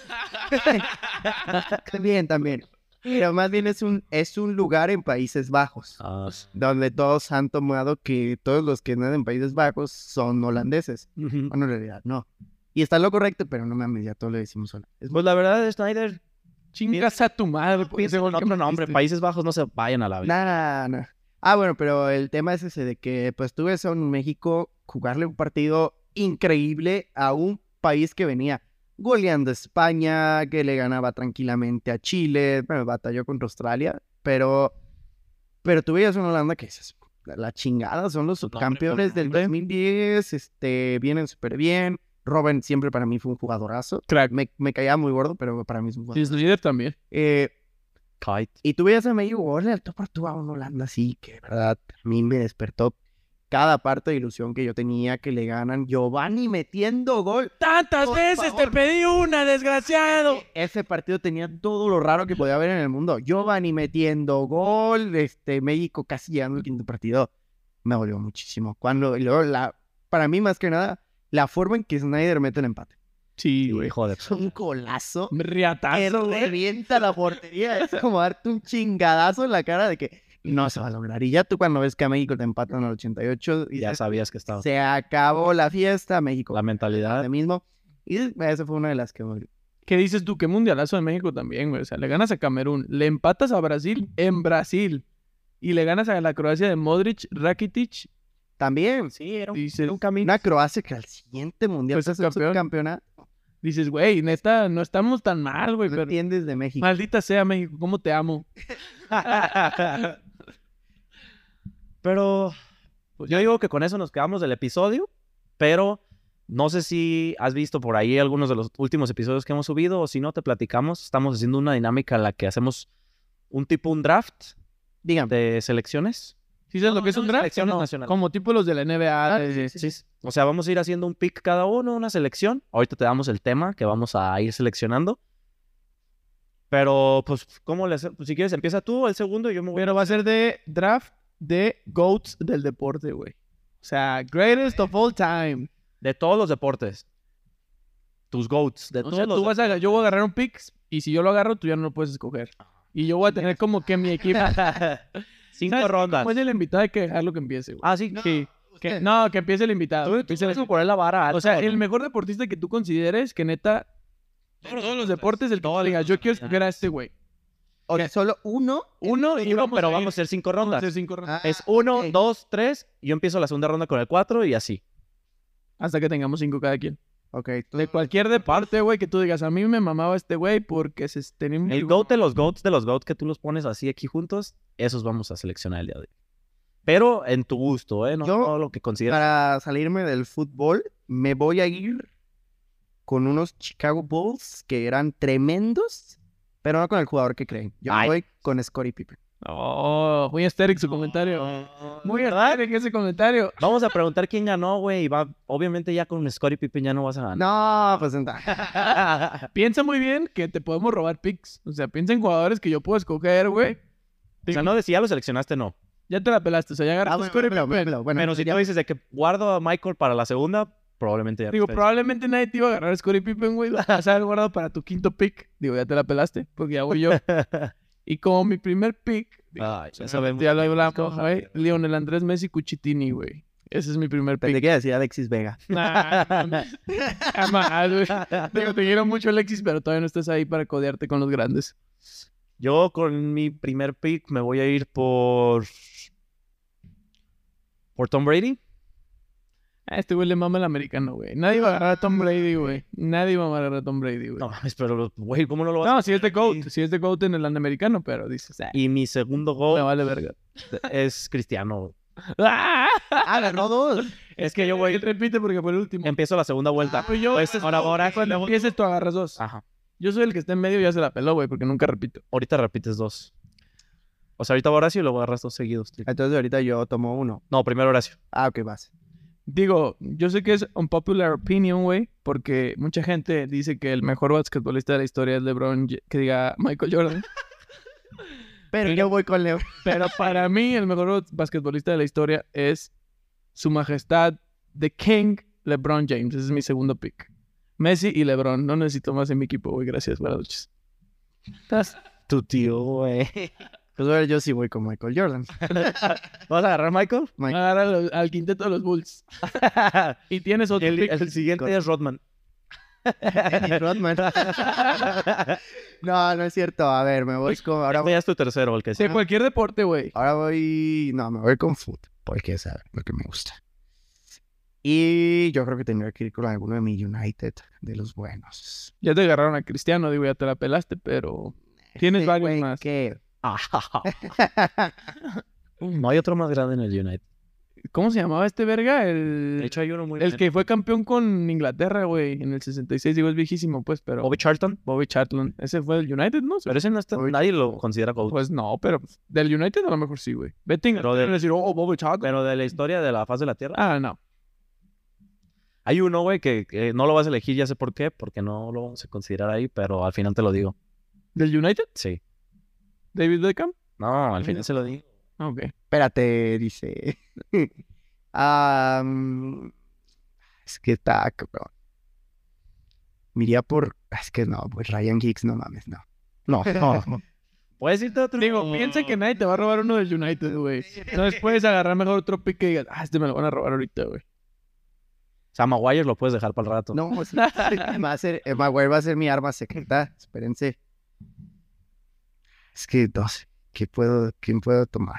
También, también. Pero más bien es un, es un lugar en Países Bajos. Ah, Donde todos han tomado que todos los que nadan en Países Bajos son holandeses. ujú. Bueno, en realidad, no. Y está lo correcto, pero no mames, ya todo le decimos hola. Es Pues la verdad, Snyder, Chingas a tu madre. por ese piensa en gol que otro nombre. metiste. Países Bajos no se vayan a la vida. Nada, nada. Ah, bueno, pero el tema es ese de que pues tú ves a un México jugarle un partido increíble a un país que venía goleando a España, que le ganaba tranquilamente a Chile, bueno, batalló contra Australia, pero, pero tú veías una Holanda que dices, la, la chingada, son los Nombre, subcampeones del nombre. dos mil diez, este, vienen súper bien. Robin siempre para mí fue un jugadorazo. Crack. Me, me caía muy gordo, pero para mí es un Y jugador. su líder también. Eh, Kite. y tú veías a México goles al tú por tú a una Holanda así, que de verdad a mí me despertó cada parte de ilusión que yo tenía que le ganan. Giovanni metiendo gol. ¡Tantas Por veces favor. te pedí una, desgraciado! Ese partido tenía todo lo raro que podía haber en el mundo. Giovanni metiendo gol, este, México casi llegando al quinto partido. Me dolió muchísimo. Cuando, y luego la, para mí más que nada, la forma en que Snyder mete el empate. Sí, güey. Hijo de... Es un golazo. que Riatazo, güey. revienta la portería. Es como darte un chingadazo en la cara de que no se va a lograr. Y ya tú cuando ves que a México te empatan al ochenta y ocho, Ya dices, sabías que estaba. se acabó la fiesta, México. La mentalidad. De mismo. Y esa fue una de las que me... ¿Qué dices tú? Qué mundialazo de México también, güey. O sea, le ganas a Camerún, le empatas a Brasil en Brasil y le ganas a la Croacia de Modric, Rakitic. También, Sí, era un, Dices, era un camino. una Croacia que al siguiente mundial Pues es fue campeón. campeona. dices, güey, neta, no estamos tan mal, güey. No Pero entiendes de México. maldita sea, México, ¿cómo te amo? Pero pues, yo digo que con eso nos quedamos del episodio, pero no sé si has visto por ahí algunos de los últimos episodios que hemos subido o si no te platicamos. Estamos haciendo una dinámica en la que hacemos un tipo un draft Dígame. de selecciones. ¿Sí sabes No, lo que es no, un draft? selecciones ¿O no? nacionales. Como tipo los de la N B A. Ah, de- sí, Sí, o sea, vamos a ir haciendo un pick cada uno, una selección. Ahorita te damos el tema que vamos a ir seleccionando. Pero, pues, ¿cómo le hace- pues, si quieres, empieza tú el segundo y yo me voy. Pero va a ser de draft de GOATs del deporte, güey. O sea, greatest of all time. De todos los deportes. Tus GOATs. De O todos sea, los tú vas a, yo voy a agarrar un pick y si yo lo agarro, tú ya no lo puedes escoger. Y yo voy a tener como que mi equipo. Cinco ¿Sabes? rondas. Como es el invitado, hay que dejarlo que empiece, güey. Ah, sí. Sí. Que- no, que empiece el invitado. Tú, tú Empiece el- tienes que poner la vara alta, O sea, ¿no? el mejor deportista que tú consideres que neta. Todos los deportes, el que Todos diga, los yo quiero deportes. escoger a este güey. O sea, solo uno. Uno y Uno, vamos pero a ir- vamos a hacer cinco vamos a rondas. hacer cinco rondas. Ah, Es uno, ok. dos, tres. Y yo empiezo la segunda ronda con el cuatro y así. Hasta que tengamos cinco cada quien. Ok. De cualquier deporte, güey, que tú digas, a mí me mamaba este güey porque se tenía un... El GOAT de los GOATs de los GOATs que tú los pones así aquí juntos, esos vamos a seleccionar el día de hoy. Pero en tu gusto, ¿eh? No, Yo, no lo que consideras. Para salirme del fútbol, me voy a ir con unos Chicago Bulls que eran tremendos, pero no con el jugador que creen. Yo me Ay. voy con Scottie Pippen. Oh, muy estéril su comentario. Muy ¿verdad? estéril ese comentario. Vamos a preguntar quién ganó, güey. y va- Obviamente ya con Scottie Pippen ya no vas a ganar. No, pues entonces. Piensa muy bien que te podemos robar picks. O sea, piensa en jugadores que yo puedo escoger, güey. O sea, no, de si ya lo seleccionaste, no. Ya te la pelaste. O sea, ya Ah, agarraste bueno, Scottie bueno, Pippen. bueno, bueno, Pero si ya- tú dices de que guardo a Michael para la segunda, probablemente ya. Digo, te- probablemente nadie te iba a agarrar a Scottie Pippen, güey. Lo vas a haber guardado para tu quinto pick. Digo, ya te la pelaste, porque ya voy yo. Y como mi primer pick, digo, Ay, ya sabemos. ya lo hablamos, güey. Lionel Andrés Messi Cuchitini, güey. Ese es mi primer Pensé pick. que iba a decir Alexis Vega. Nah, jamás, güey. Digo, te quiero mucho, Alexis, pero todavía no estás ahí para codearte con los grandes. Yo con mi primer pick me voy a ir por. Por Tom Brady. A este güey le mama el americano, güey. Nadie va a agarrar a Tom Brady, güey. Nadie va a agarrar a Tom Brady, güey. No mames, pero, güey, ¿cómo no lo vas No, a sí es de GOAT. Sí es de GOAT en el americano, pero dices, ah, Y mi segundo me gol vale verga. es Cristiano. ¡Ah! Agarró dos. Es que yo voy. Repite porque fue el último. Empiezo la segunda vuelta. Pues yo, Pues, ahora, ahora, cuando empieces tú agarras dos. Ajá. Yo soy el que está en medio y ya se la peló, güey, porque nunca repito. Ahorita repites dos. O sea, ahorita va Horacio y luego agarras dos seguidos. tío. Entonces ahorita yo tomo uno. No, primero Horacio. Ah, ok, vas. Digo, yo sé que es unpopular opinion, güey, porque mucha gente dice que el mejor basquetbolista de la historia es LeBron, J- que diga Michael Jordan. Pero yo voy con Leo. Pero para mí el mejor basquetbolista de la historia es Su Majestad The King LeBron James. Ese es mi segundo pick. Messi y LeBron. No necesito más en mi equipo, güey. Gracias, buenas noches. Tu tío, güey. Pues a ver, yo sí voy con Michael Jordan. ¿Vas a agarrar Michael? Mike. Agarra al, al quinteto de los Bulls. Y tienes otro el, pick. el siguiente es Rodman. Dennis Rodman. No, no es cierto. A ver, me voy con... Ahora Este voy, ya es tu tercero, el que De sea. cualquier deporte, güey. ahora voy... No, me voy con foot. Porque es a ver, lo que me gusta. Y yo creo que tendría que ir con alguno de mi United, de los buenos. Ya te agarraron a Cristiano, digo, ya te la pelaste, pero tienes Ese varios güey más. que- No hay otro más grande en el United. ¿Cómo se llamaba este verga? El, De hecho, hay uno muy el que fue campeón con Inglaterra, güey, en el sesenta y seis. Digo, es viejísimo, pues, pero... Bobby Charlton. Bobby Charlton. Ese fue del United, ¿no? Pero ese no está... Bobby Nadie lo considera GOAT. Pues no, pero del United a lo mejor sí, güey. Vete a Pero Inglaterra de- y decir, oh, Bobby Charlton. Pero de la historia de la faz de la Tierra. Ah, no. Hay uno, güey, que, que no lo vas a elegir, ya sé por qué, porque no lo vamos a considerar ahí, pero al final te lo digo. ¿Del United? Sí. ¿David Beckham? No, al final se lo digo. Ah, ok. Espérate, dice... Am, es que está, cabrón. Miría por... Es que no, pues Ryan Giggs, no mames, no. No, no. ¿Puedes irte a otro? Digo, piensa que nadie te va a robar uno del United, güey. Entonces puedes agarrar mejor otro pick que digas, ah, este me lo van a robar ahorita, güey. sea, Maguire lo puedes dejar para el rato. No, sí, va a ser, eh, Maguire va a ser mi arma secreta. Espérense. Es que no sé, ¿qué puedo, quién puedo tomar?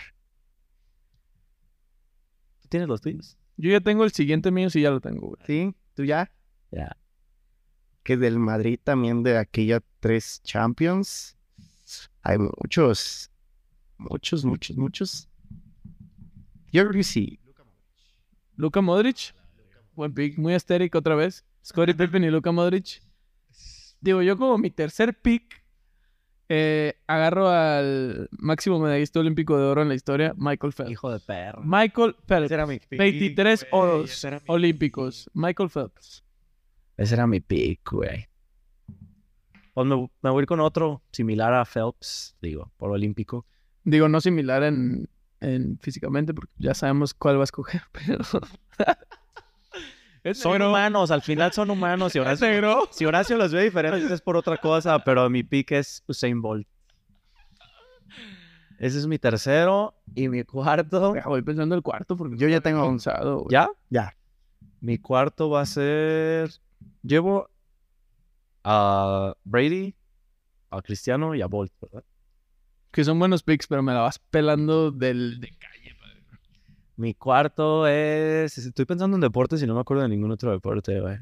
¿Tú tienes los tuyos? Yo ya tengo el siguiente mío, sí ya lo tengo, güey. ¿Sí? ¿Tú ya? Ya. Que del Madrid también de aquella tres Champions. Hay muchos. Muchos, muchos, muchos. Yo creo que sí. Luka Modric. Buen pick. Muy estérico otra vez. Scottie Pippen y Luka Modric. Digo, yo como mi tercer pick eh, agarro al máximo medallista olímpico de oro en la historia, Michael Phelps. Hijo de perro. Michael Phelps. Ese era mi pick, veintitrés güey, oros ese era mi olímpicos. Michael Phelps. Ese era mi pick, güey. Pues me, me voy a ir con otro similar a Phelps, digo, por olímpico. Digo, no similar en, en físicamente, porque ya sabemos cuál va a escoger, pero... Es Son negro. humanos, al final son humanos. Si Es Horacio, negro. si Horacio los ve diferentes es por otra cosa, pero mi pick es Usain Bolt. Ese es mi tercero. Y mi cuarto... Deja, voy pensando el cuarto, porque Yo ya tengo un- pensado, güey. ¿Ya? Ya. Mi cuarto va a ser... Llevo a Brady, a Cristiano y a Bolt, ¿verdad? Que son buenos picks, pero me la vas pelando del... de calle, padre. Mi cuarto es... Estoy pensando en deportes y no me acuerdo de ningún otro deporte, güey.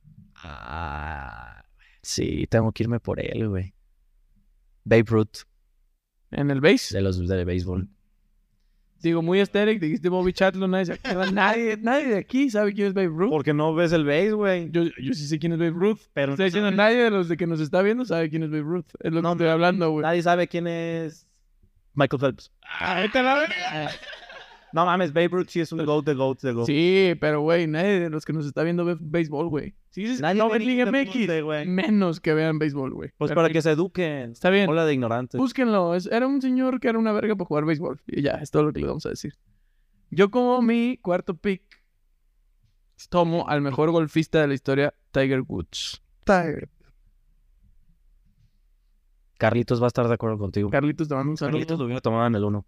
Ah, sí, tengo que irme por él, güey. Babe Ruth, En el base. de los de béisbol. Digo, muy estéril, dijiste Bobby Chatlo, nadie se acuerda. Nadie, nadie de aquí sabe quién es Babe Ruth. Porque no ves el béis, güey. Yo, yo sí sé quién es Babe Ruth. Pero Estoy diciendo, nadie de los de que nos está viendo sabe quién es Babe Ruth. Es lo No, que estoy hablando, güey. nadie sabe quién es Michael Phelps. Ahí te la verga. No mames, Babe Ruth sí es un GOAT de GOAT de GOAT. Sí, pero güey, nadie de los que nos está viendo ve béisbol, güey. Sí, dices que Nadie no ve ven Liga ningún M X, deporte, güey. menos que vean béisbol, güey. Pues Pero para que se eduquen. Está bien. Hola de ignorantes. Búsquenlo. Es- era un señor que era una verga para jugar béisbol. Y ya, es todo lo que le vamos a decir. Yo como mi cuarto pick tomo al mejor golfista de la historia, Tiger Woods. Tiger. Carlitos va a estar de acuerdo contigo. Carlitos, te mando un saludo. Carlitos lo hubiera tomado en el uno.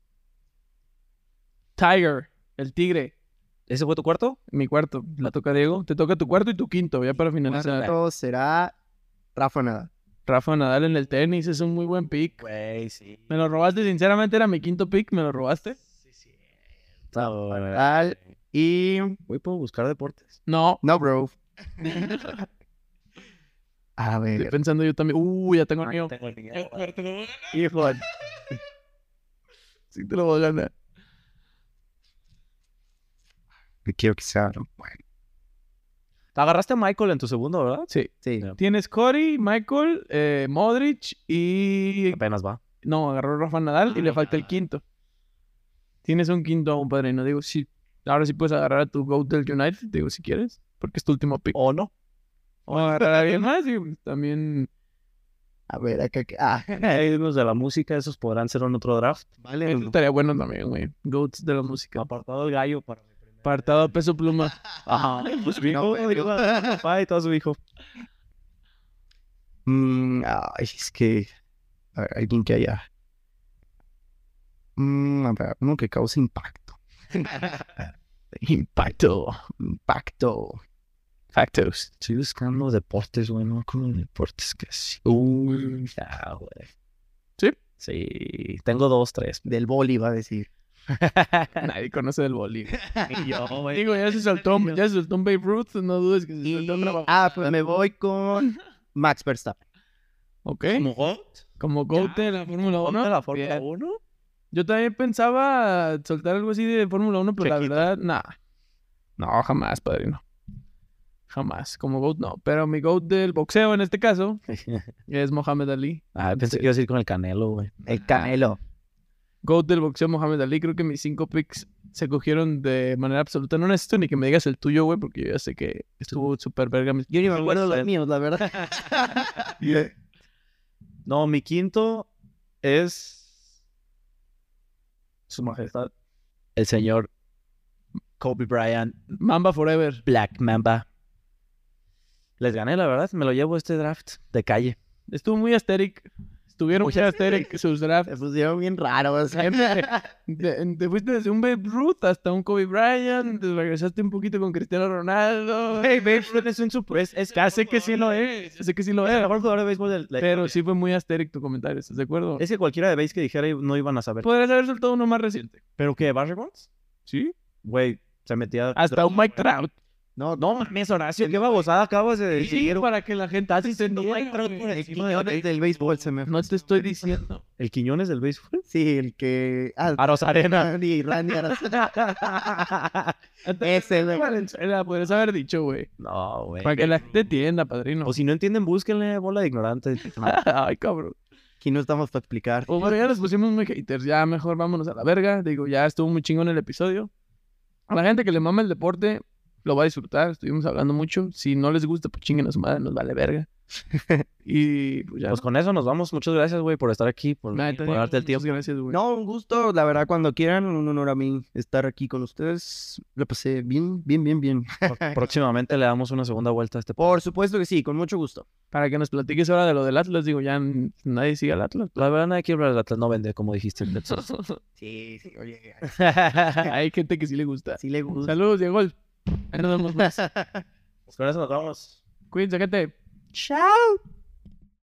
Tiger, el tigre. ¿Ese fue tu cuarto? Mi cuarto. La toca Diego. Te toca tu cuarto y tu quinto, ya para finalizar. Cuarto será Rafa Nadal. Rafa Nadal en el tenis es un muy buen pick. Güey, sí. Me lo robaste, sinceramente era mi quinto pick, me lo robaste. Está bueno. Nadal y... Voy a buscar deportes. No, No, bro. A estoy ver. pensando yo también. Uh, ya tengo el mío. Tengo el mío. Hijo. Sí te lo voy a ganar. Que quiero que sea bueno. Te agarraste a Michael en tu segundo, ¿verdad? Sí. Sí. Ya. Tienes Corey, Michael, eh, Modric y... Apenas va. No, agarró Rafa Nadal y le falta el quinto. Tienes un quinto aún, padrino. Digo, sí. Ahora sí puedes agarrar a tu GOAT del United, digo, si quieres. Porque es tu último pick. ¿O no? O agarrar a alguien más y pues, también... A ver, acá. que- Ah, Los de la música, esos podrán ser en otro draft. vale. Eso estaría bueno también, güey. GOATs de la música. Apartado el gallo para mi primer. Apartado Peso Pluma. Ajá. Pues mi No, hijo, güey. digo, papá y todo su hijo. Mm, ay, es que. A ver, alguien que haya. Mm, a ver, uno que cause impacto. Impacto. Impacto. Factos. Estoy buscando deportes, güey. No como deportes que sí. Uy, ya, güey. ¿Sí? Sí. Tengo dos, tres. Del boli, va a decir. Nadie conoce del boli. Y yo, güey. Digo, ya se soltó, ya se soltó un Babe Ruth, no dudes que se Y- soltó una... Ah, pues me voy con Max Verstappen. Ok. ¿Como GOAT? Como GOAT de la Fórmula uno. ¿De la Fórmula Bien. uno? Yo también pensaba soltar algo así de Fórmula uno, pero Chequito. la verdad, nada. No, jamás, padrino. Jamás. Como GOAT, no. Pero mi GOAT del boxeo, en este caso, es Mohamed Ali. Ah, pensé que iba a decir con el Canelo, güey. El Canelo. GOAT del boxeo, Mohamed Ali. Creo que mis cinco picks se cogieron de manera absoluta. No necesito ni que me digas el tuyo, güey, porque yo ya sé que estuvo súper verga. Yo ni me acuerdo de los míos, la verdad. No, mi quinto es Su Majestad, el señor Kobe Bryant, Mamba Forever. Black Mamba. Les gané, la verdad. Me lo llevo este draft de calle. Estuvo muy asteric. Estuvo estuvieron muy astéricos sus drafts. Se pusieron bien raros. Te, te fuiste desde un Babe Ruth hasta un Kobe Bryant, te regresaste un poquito con Cristiano Ronaldo. Hey, Babe Ruth es un super... Es, es Ya sé que sí lo es, ya sé que sí lo es el es. mejor jugador de béisbol del... Pero sí fue muy astérico tu comentario, ¿estás de acuerdo? Es que cualquiera de base que dijera no iban a saber. Podrías haber soltado uno más reciente. ¿Pero qué? ¿Barry Bonds? ¿Sí? Güey, se metía... Hasta un Mike Trout. No, No mames, Horacio, qué babosada acabas de Sí, decir. para que la gente así se Mike Trout por el encima de- Quiñones del béisbol se me... No te estoy diciendo. ¿El Quiñones del béisbol? Sí, el que... Ah, A Rosarena. Randy, Randy Arozarena. Ese, güey. Valenzuela, podrías haber dicho, güey. No, güey. Para que la gente entienda, padrino. O si no entienden, búsquenle bola de ignorante. Ay, cabrón. Aquí no estamos para explicar. Pues bueno, ya nos pusimos muy haters. Ya mejor vámonos a la verga. Digo, ya estuvo muy chingón el episodio. A la gente que le mama el deporte, lo va a disfrutar. Estuvimos hablando mucho. Si no les gusta, pues chinguen a su madre, nos vale verga. Y pues ya. Pues con eso nos vamos. Muchas gracias, güey, por estar aquí, por, Nada, por darte el muchas tiempo. Gracias, güey. No, un gusto, la verdad, cuando quieran, un honor a mí estar aquí con ustedes. Lo pasé bien, bien, bien, bien. Próximamente le damos una segunda vuelta a este Por supuesto que sí, con mucho gusto. Para que nos platiques ahora de lo del Atlas, digo, ya n- nadie sigue al Atlas. La verdad, nadie quiere hablar del Atlas, no vende, como dijiste. Sí, sí, oye, Hay gente que sí le gusta. sí le gusta. Saludos, Diego. Ahí nos vemos más. Pues con eso nos vamos. Cuídense, gente. Chao.